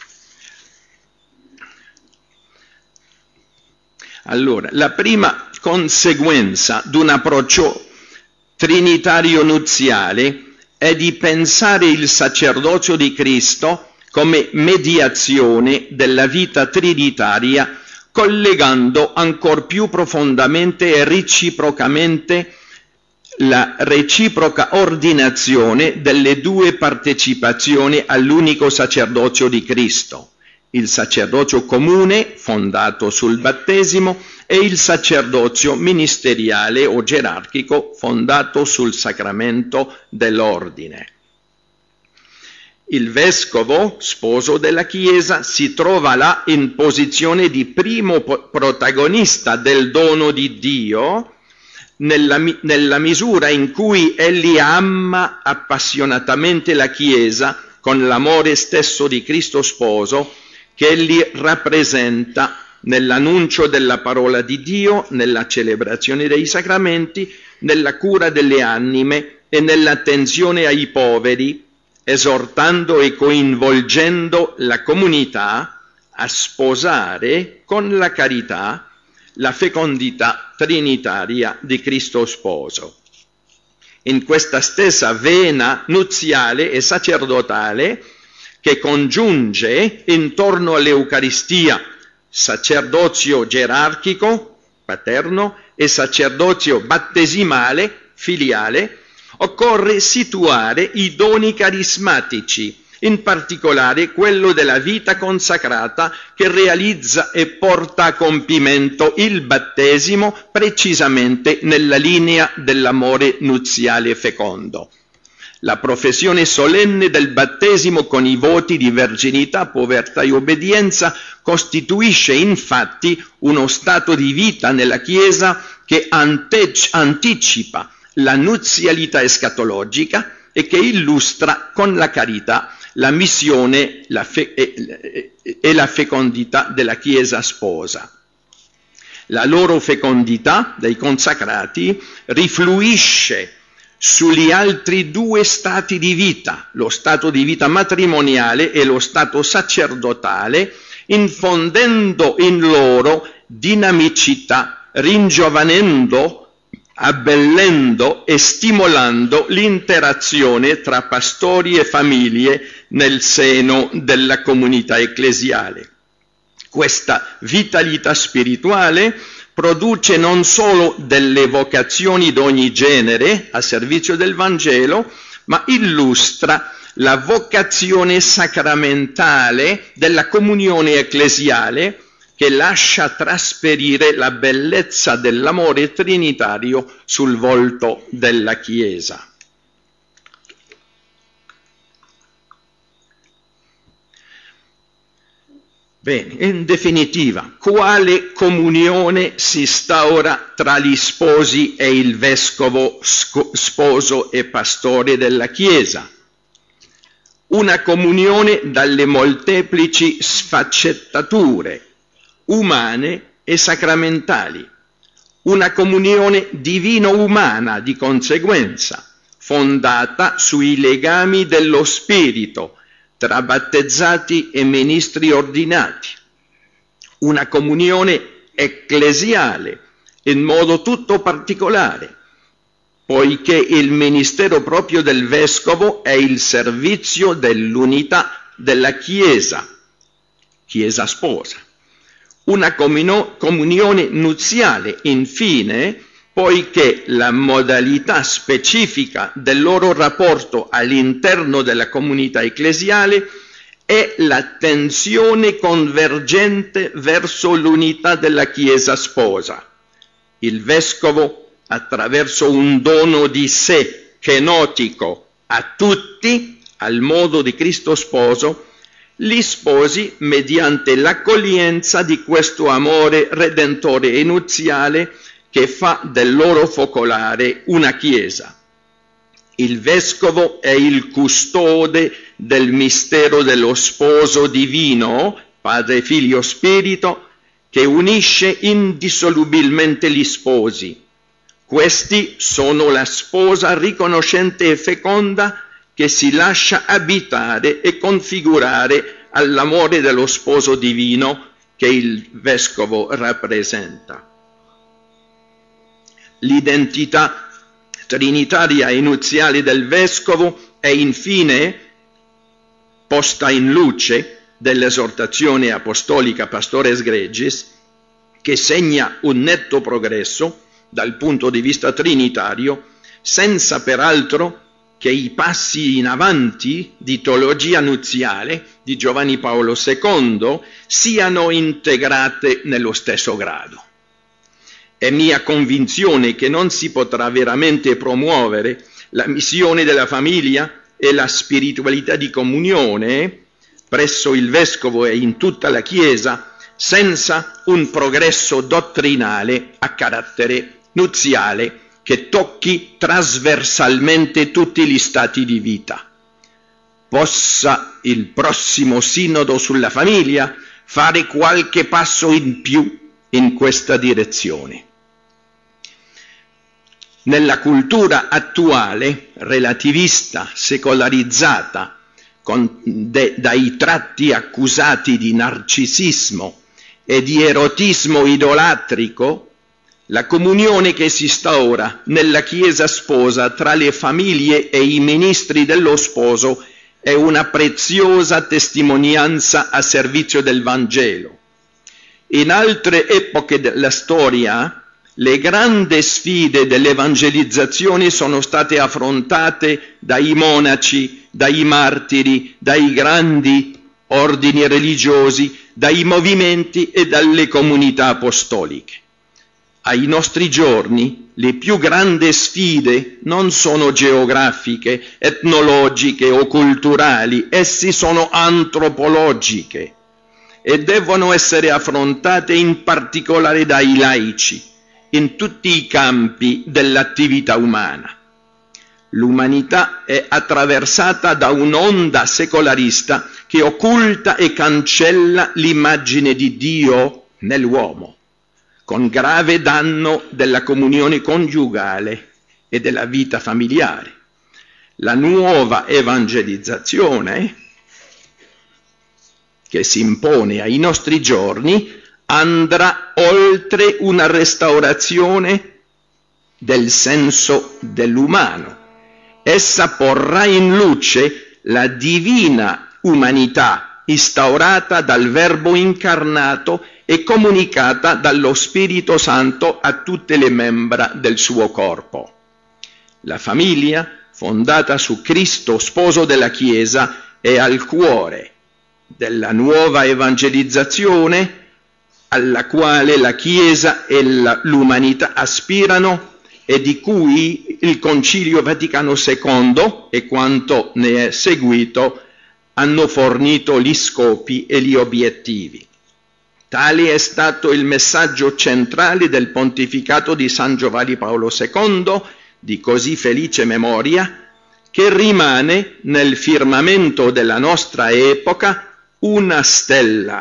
Allora, la prima conseguenza di un approccio trinitario nuziale è di pensare il sacerdozio di Cristo come mediazione della vita trinitaria, collegando ancor più profondamente e reciprocamente la reciproca ordinazione delle due partecipazioni all'unico sacerdozio di Cristo, il sacerdozio comune fondato sul battesimo e il sacerdozio ministeriale o gerarchico fondato sul sacramento dell'ordine. Il vescovo, sposo della Chiesa, si trova là in posizione di primo protagonista del dono di Dio, nella, nella misura in cui egli ama appassionatamente la Chiesa con l'amore stesso di Cristo sposo, che egli rappresenta nell'annuncio della parola di Dio, nella celebrazione dei sacramenti, nella cura delle anime e nell'attenzione ai poveri, esortando e coinvolgendo la comunità a sposare con la carità la fecondità trinitaria di Cristo sposo. In questa stessa vena nuziale e sacerdotale che congiunge intorno all'Eucaristia sacerdozio gerarchico, paterno, e sacerdozio battesimale, filiale, occorre situare i doni carismatici, in particolare quello della vita consacrata che realizza e porta a compimento il battesimo precisamente nella linea dell'amore nuziale fecondo. La professione solenne del battesimo con i voti di verginità, povertà e obbedienza costituisce infatti uno stato di vita nella Chiesa che ante- anticipa la nuzialità escatologica e che illustra con la carità la missione la fe- e, e la fecondità della Chiesa sposa. La loro fecondità dei consacrati rifluisce sugli altri due stati di vita, lo stato di vita matrimoniale e lo stato sacerdotale, infondendo in loro dinamicità, ringiovanendo, abbellendo e stimolando l'interazione tra pastori e famiglie nel seno della comunità ecclesiale. Questa vitalità spirituale produce non solo delle vocazioni d'ogni genere a servizio del Vangelo, ma illustra la vocazione sacramentale della comunione ecclesiale che lascia trasferire la bellezza dell'amore trinitario sul volto della Chiesa. Bene, in definitiva, quale comunione si instaura tra gli sposi e il vescovo sposo e pastore della Chiesa? Una comunione dalle molteplici sfaccettature umane e sacramentali, una comunione divino-umana di conseguenza, fondata sui legami dello Spirito tra battezzati e ministri ordinati, una comunione ecclesiale in modo tutto particolare, poiché il ministero proprio del vescovo è il servizio dell'unità della Chiesa, Chiesa sposa. Una comunione nuziale, infine, poiché la modalità specifica del loro rapporto all'interno della comunità ecclesiale è l'attenzione convergente verso l'unità della Chiesa sposa. Il vescovo, attraverso un dono di sé kenotico a tutti, al modo di Cristo sposo, li sposi mediante l'accoglienza di questo amore redentore e nuziale che fa del loro focolare una Chiesa. Il vescovo è il custode del mistero dello sposo divino, Padre, Figlio, Spirito, che unisce indissolubilmente gli sposi. Questi sono la sposa riconoscente e feconda che si lascia abitare e configurare all'amore dello sposo divino che il vescovo rappresenta. L'identità trinitaria e nuziale del vescovo è infine posta in luce dell'esortazione apostolica Pastores Gregis, che segna un netto progresso dal punto di vista trinitario, senza peraltro che i passi in avanti di teologia nuziale di Giovanni Paolo secondo siano integrate nello stesso grado. È mia convinzione che non si potrà veramente promuovere la missione della famiglia e la spiritualità di comunione presso il vescovo e in tutta la Chiesa senza un progresso dottrinale a carattere nuziale che tocchi trasversalmente tutti gli stati di vita. Possa il prossimo sinodo sulla famiglia fare qualche passo in più in questa direzione. Nella cultura attuale, relativista, secolarizzata, con de, dai tratti accusati di narcisismo e di erotismo idolatrico, la comunione che si instaura nella Chiesa sposa tra le famiglie e i ministri dello sposo è una preziosa testimonianza a servizio del Vangelo. In altre epoche della storia, le grandi sfide dell'evangelizzazione sono state affrontate dai monaci, dai martiri, dai grandi ordini religiosi, dai movimenti e dalle comunità apostoliche. Ai nostri giorni le più grandi sfide non sono geografiche, etnologiche o culturali, essi sono antropologiche e devono essere affrontate in particolare dai laici, in tutti i campi dell'attività umana. L'umanità è attraversata da un'onda secolarista che occulta e cancella l'immagine di Dio nell'uomo, con grave danno della comunione coniugale e della vita familiare. La nuova evangelizzazione che si impone ai nostri giorni andrà oltre una restaurazione del senso dell'umano. Essa porrà in luce la divina umanità instaurata dal Verbo incarnato e comunicata dallo Spirito Santo a tutte le membra del suo corpo. La famiglia, fondata su Cristo, sposo della Chiesa, è al cuore della nuova evangelizzazione alla quale la Chiesa e la, l'umanità aspirano e di cui il Concilio Vaticano secondo e quanto ne è seguito hanno fornito gli scopi e gli obiettivi. Tale è stato il messaggio centrale del pontificato di San Giovanni Paolo secondo, di così felice memoria, che rimane nel firmamento della nostra epoca una stella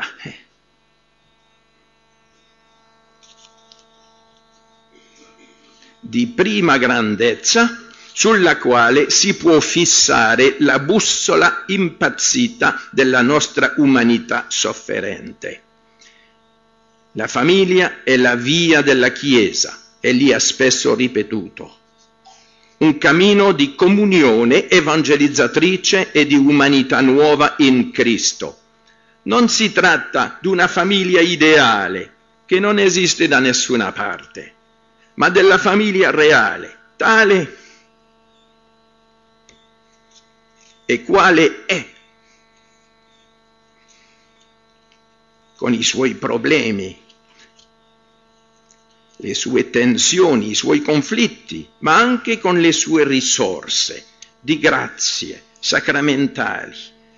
di prima grandezza sulla quale si può fissare la bussola impazzita della nostra umanità sofferente. La famiglia è la via della Chiesa, e lì ha spesso ripetuto. Un cammino di comunione evangelizzatrice e di umanità nuova in Cristo. Non si tratta di una famiglia ideale che non esiste da nessuna parte, ma della famiglia reale, tale e quale è, con i suoi problemi, le sue tensioni, i suoi conflitti, ma anche con le sue risorse di grazie sacramentali,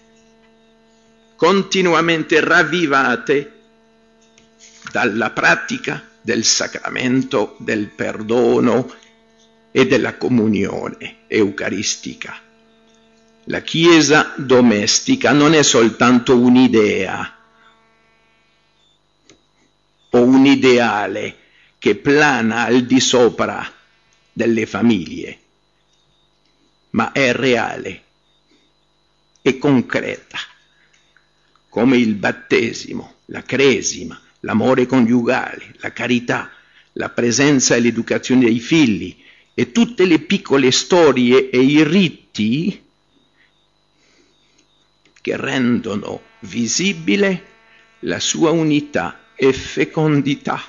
continuamente ravvivate dalla pratica del sacramento del perdono e della comunione eucaristica. La Chiesa domestica non è soltanto un'idea o un ideale che plana al di sopra delle famiglie, ma è reale, è concreta, come il battesimo, la cresima, l'amore coniugale, la carità, la presenza e l'educazione dei figli e tutte le piccole storie e i riti che rendono visibile la sua unità e fecondità.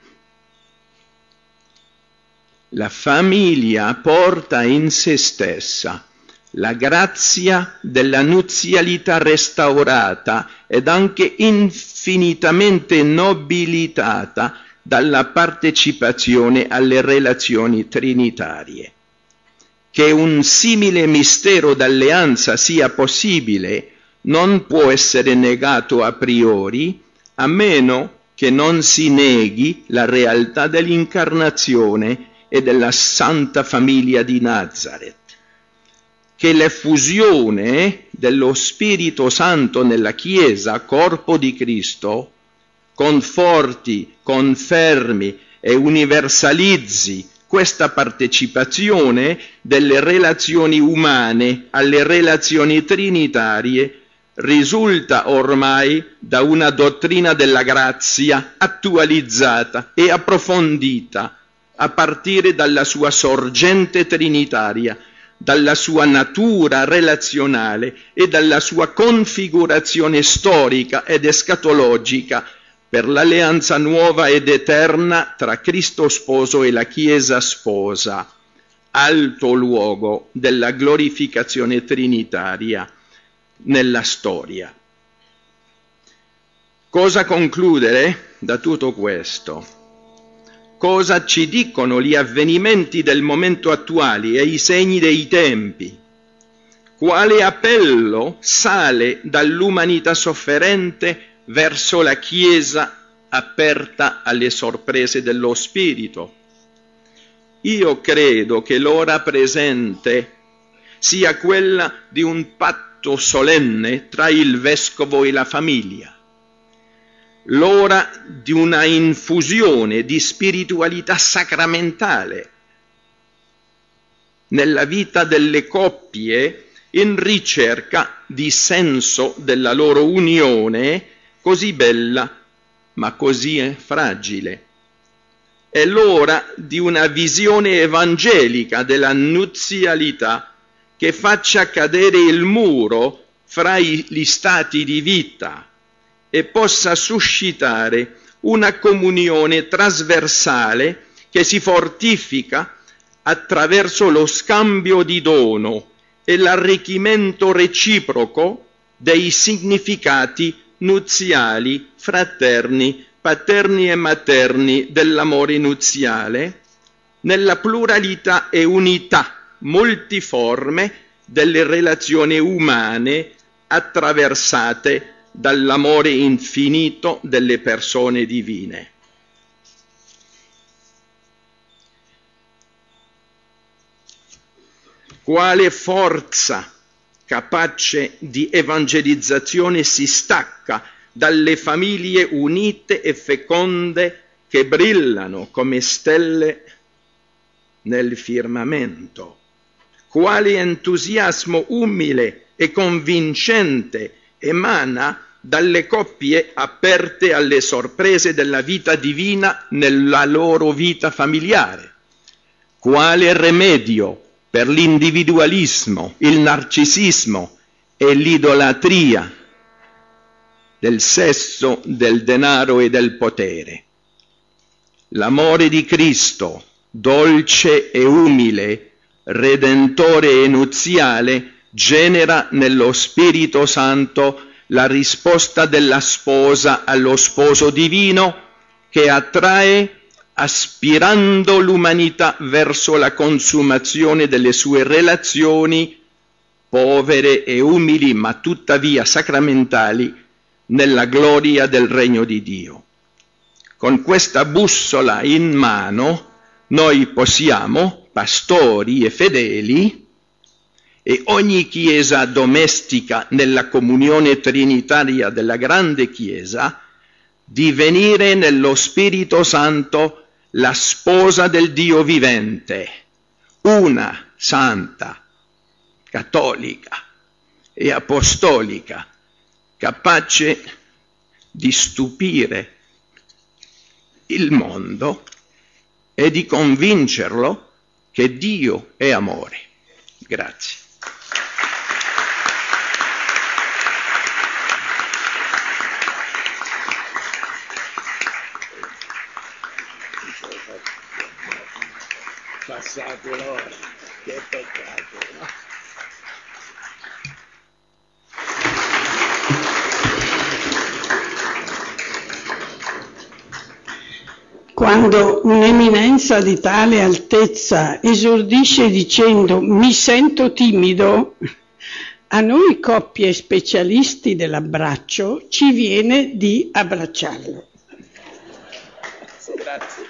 La famiglia porta in se stessa la grazia della nuzialità restaurata ed anche infinitamente nobilitata dalla partecipazione alle relazioni trinitarie. Che un simile mistero d'alleanza sia possibile non può essere negato a priori, a meno che non si neghi la realtà dell'incarnazione e della Santa Famiglia di Nazareth. Che l'effusione dello Spirito Santo nella Chiesa, corpo di Cristo, conforti, confermi e universalizzi questa partecipazione delle relazioni umane alle relazioni trinitarie risulta ormai da una dottrina della grazia attualizzata e approfondita a partire dalla sua sorgente trinitaria, dalla sua natura relazionale e dalla sua configurazione storica ed escatologica per l'alleanza nuova ed eterna tra Cristo sposo e la Chiesa sposa, alto luogo della glorificazione trinitaria nella storia. Cosa concludere da tutto questo? Cosa ci dicono gli avvenimenti del momento attuali e i segni dei tempi? Quale appello sale dall'umanità sofferente verso la Chiesa aperta alle sorprese dello Spirito? Io credo che l'ora presente sia quella di un patto solenne tra il Vescovo e la famiglia, l'ora di una infusione di spiritualità sacramentale nella vita delle coppie in ricerca di senso della loro unione così bella ma così fragile. È l'ora di una visione evangelica della nuzialità che faccia cadere il muro fra gli stati di vita e possa suscitare una comunione trasversale che si fortifica attraverso lo scambio di dono e l'arricchimento reciproco dei significati nuziali, fraterni, paterni e materni dell'amore nuziale, nella pluralità e unità multiforme delle relazioni umane attraversate dall'amore infinito delle persone divine. Quale forza capace di evangelizzazione si stacca dalle famiglie unite e feconde che brillano come stelle nel firmamento? Quale entusiasmo umile e convincente emana dalle coppie aperte alle sorprese della vita divina nella loro vita familiare? Quale rimedio per l'individualismo, il narcisismo e l'idolatria del sesso, del denaro e del potere? L'amore di Cristo, dolce e umile, redentore e nuziale, genera nello Spirito Santo la risposta della sposa allo sposo divino che attrae aspirando l'umanità verso la consumazione delle sue relazioni povere e umili ma tuttavia sacramentali nella gloria del regno di Dio. Con questa bussola in mano noi possiamo, pastori e fedeli, e ogni chiesa domestica nella comunione trinitaria della grande Chiesa, divenire nello Spirito Santo la sposa del Dio vivente, una, santa, cattolica e apostolica, capace di stupire il mondo e di convincerlo che Dio è amore. Grazie. Passate l'ora, che peccato, no? Quando un'eminenza di tale altezza esordisce dicendo mi sento timido, a noi coppie specialisti dell'abbraccio ci viene di abbracciarlo. Grazie.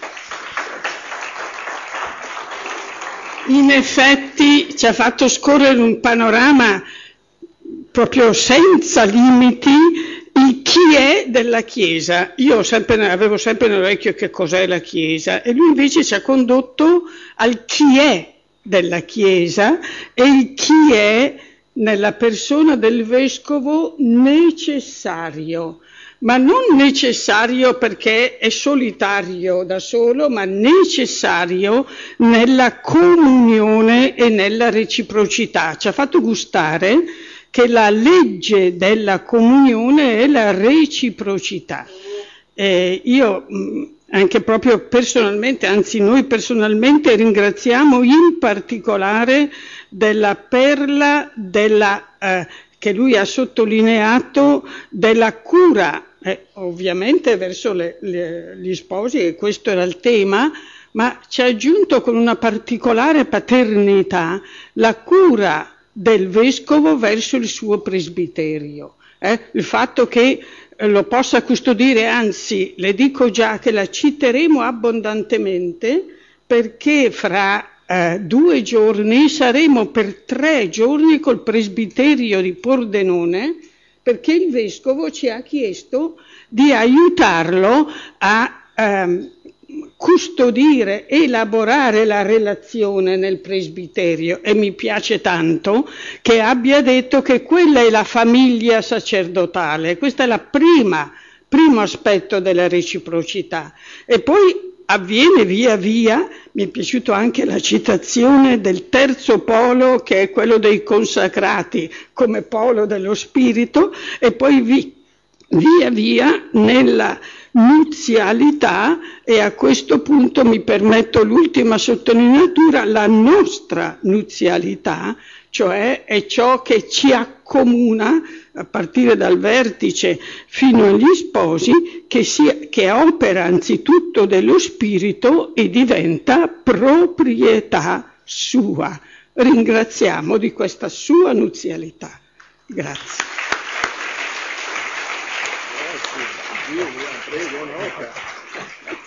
In effetti ci ha fatto scorrere un panorama proprio senza limiti, il chi è della Chiesa. Io sempre, avevo sempre nell'orecchio che cos'è la Chiesa e lui invece ci ha condotto al chi è della Chiesa e il chi è nella persona del Vescovo necessario. Ma non necessario perché è solitario da solo, ma necessario nella comunione e nella reciprocità. Ci ha fatto gustare che la legge della comunione è la reciprocità. Eh, io anche proprio personalmente, anzi noi personalmente ringraziamo in particolare della perla della, eh, che lui ha sottolineato della cura. Eh, ovviamente verso le, le, gli sposi, e questo era il tema, ma ci ha aggiunto con una particolare paternità la cura del vescovo verso il suo presbiterio. Eh? Il fatto che eh, lo possa custodire, anzi le dico già che la citeremo abbondantemente perché fra eh, due giorni saremo per tre giorni col presbiterio di Pordenone, perché il Vescovo ci ha chiesto di aiutarlo a ehm, custodire, elaborare la relazione nel presbiterio e mi piace tanto che abbia detto che quella è la famiglia sacerdotale, questo è la prima, primo aspetto della reciprocità e poi avviene via via. Mi è piaciuta anche la citazione del terzo polo che è quello dei consacrati come polo dello spirito e poi vi, via via nella nuzialità e a questo punto mi permetto l'ultima sottolineatura, la nostra nuzialità, cioè è ciò che ci accomuna a partire dal vertice fino agli sposi, che, si, che opera anzitutto dello spirito e diventa proprietà sua. Ringraziamo di questa sua nuzialità. Grazie. Io vi prego nota.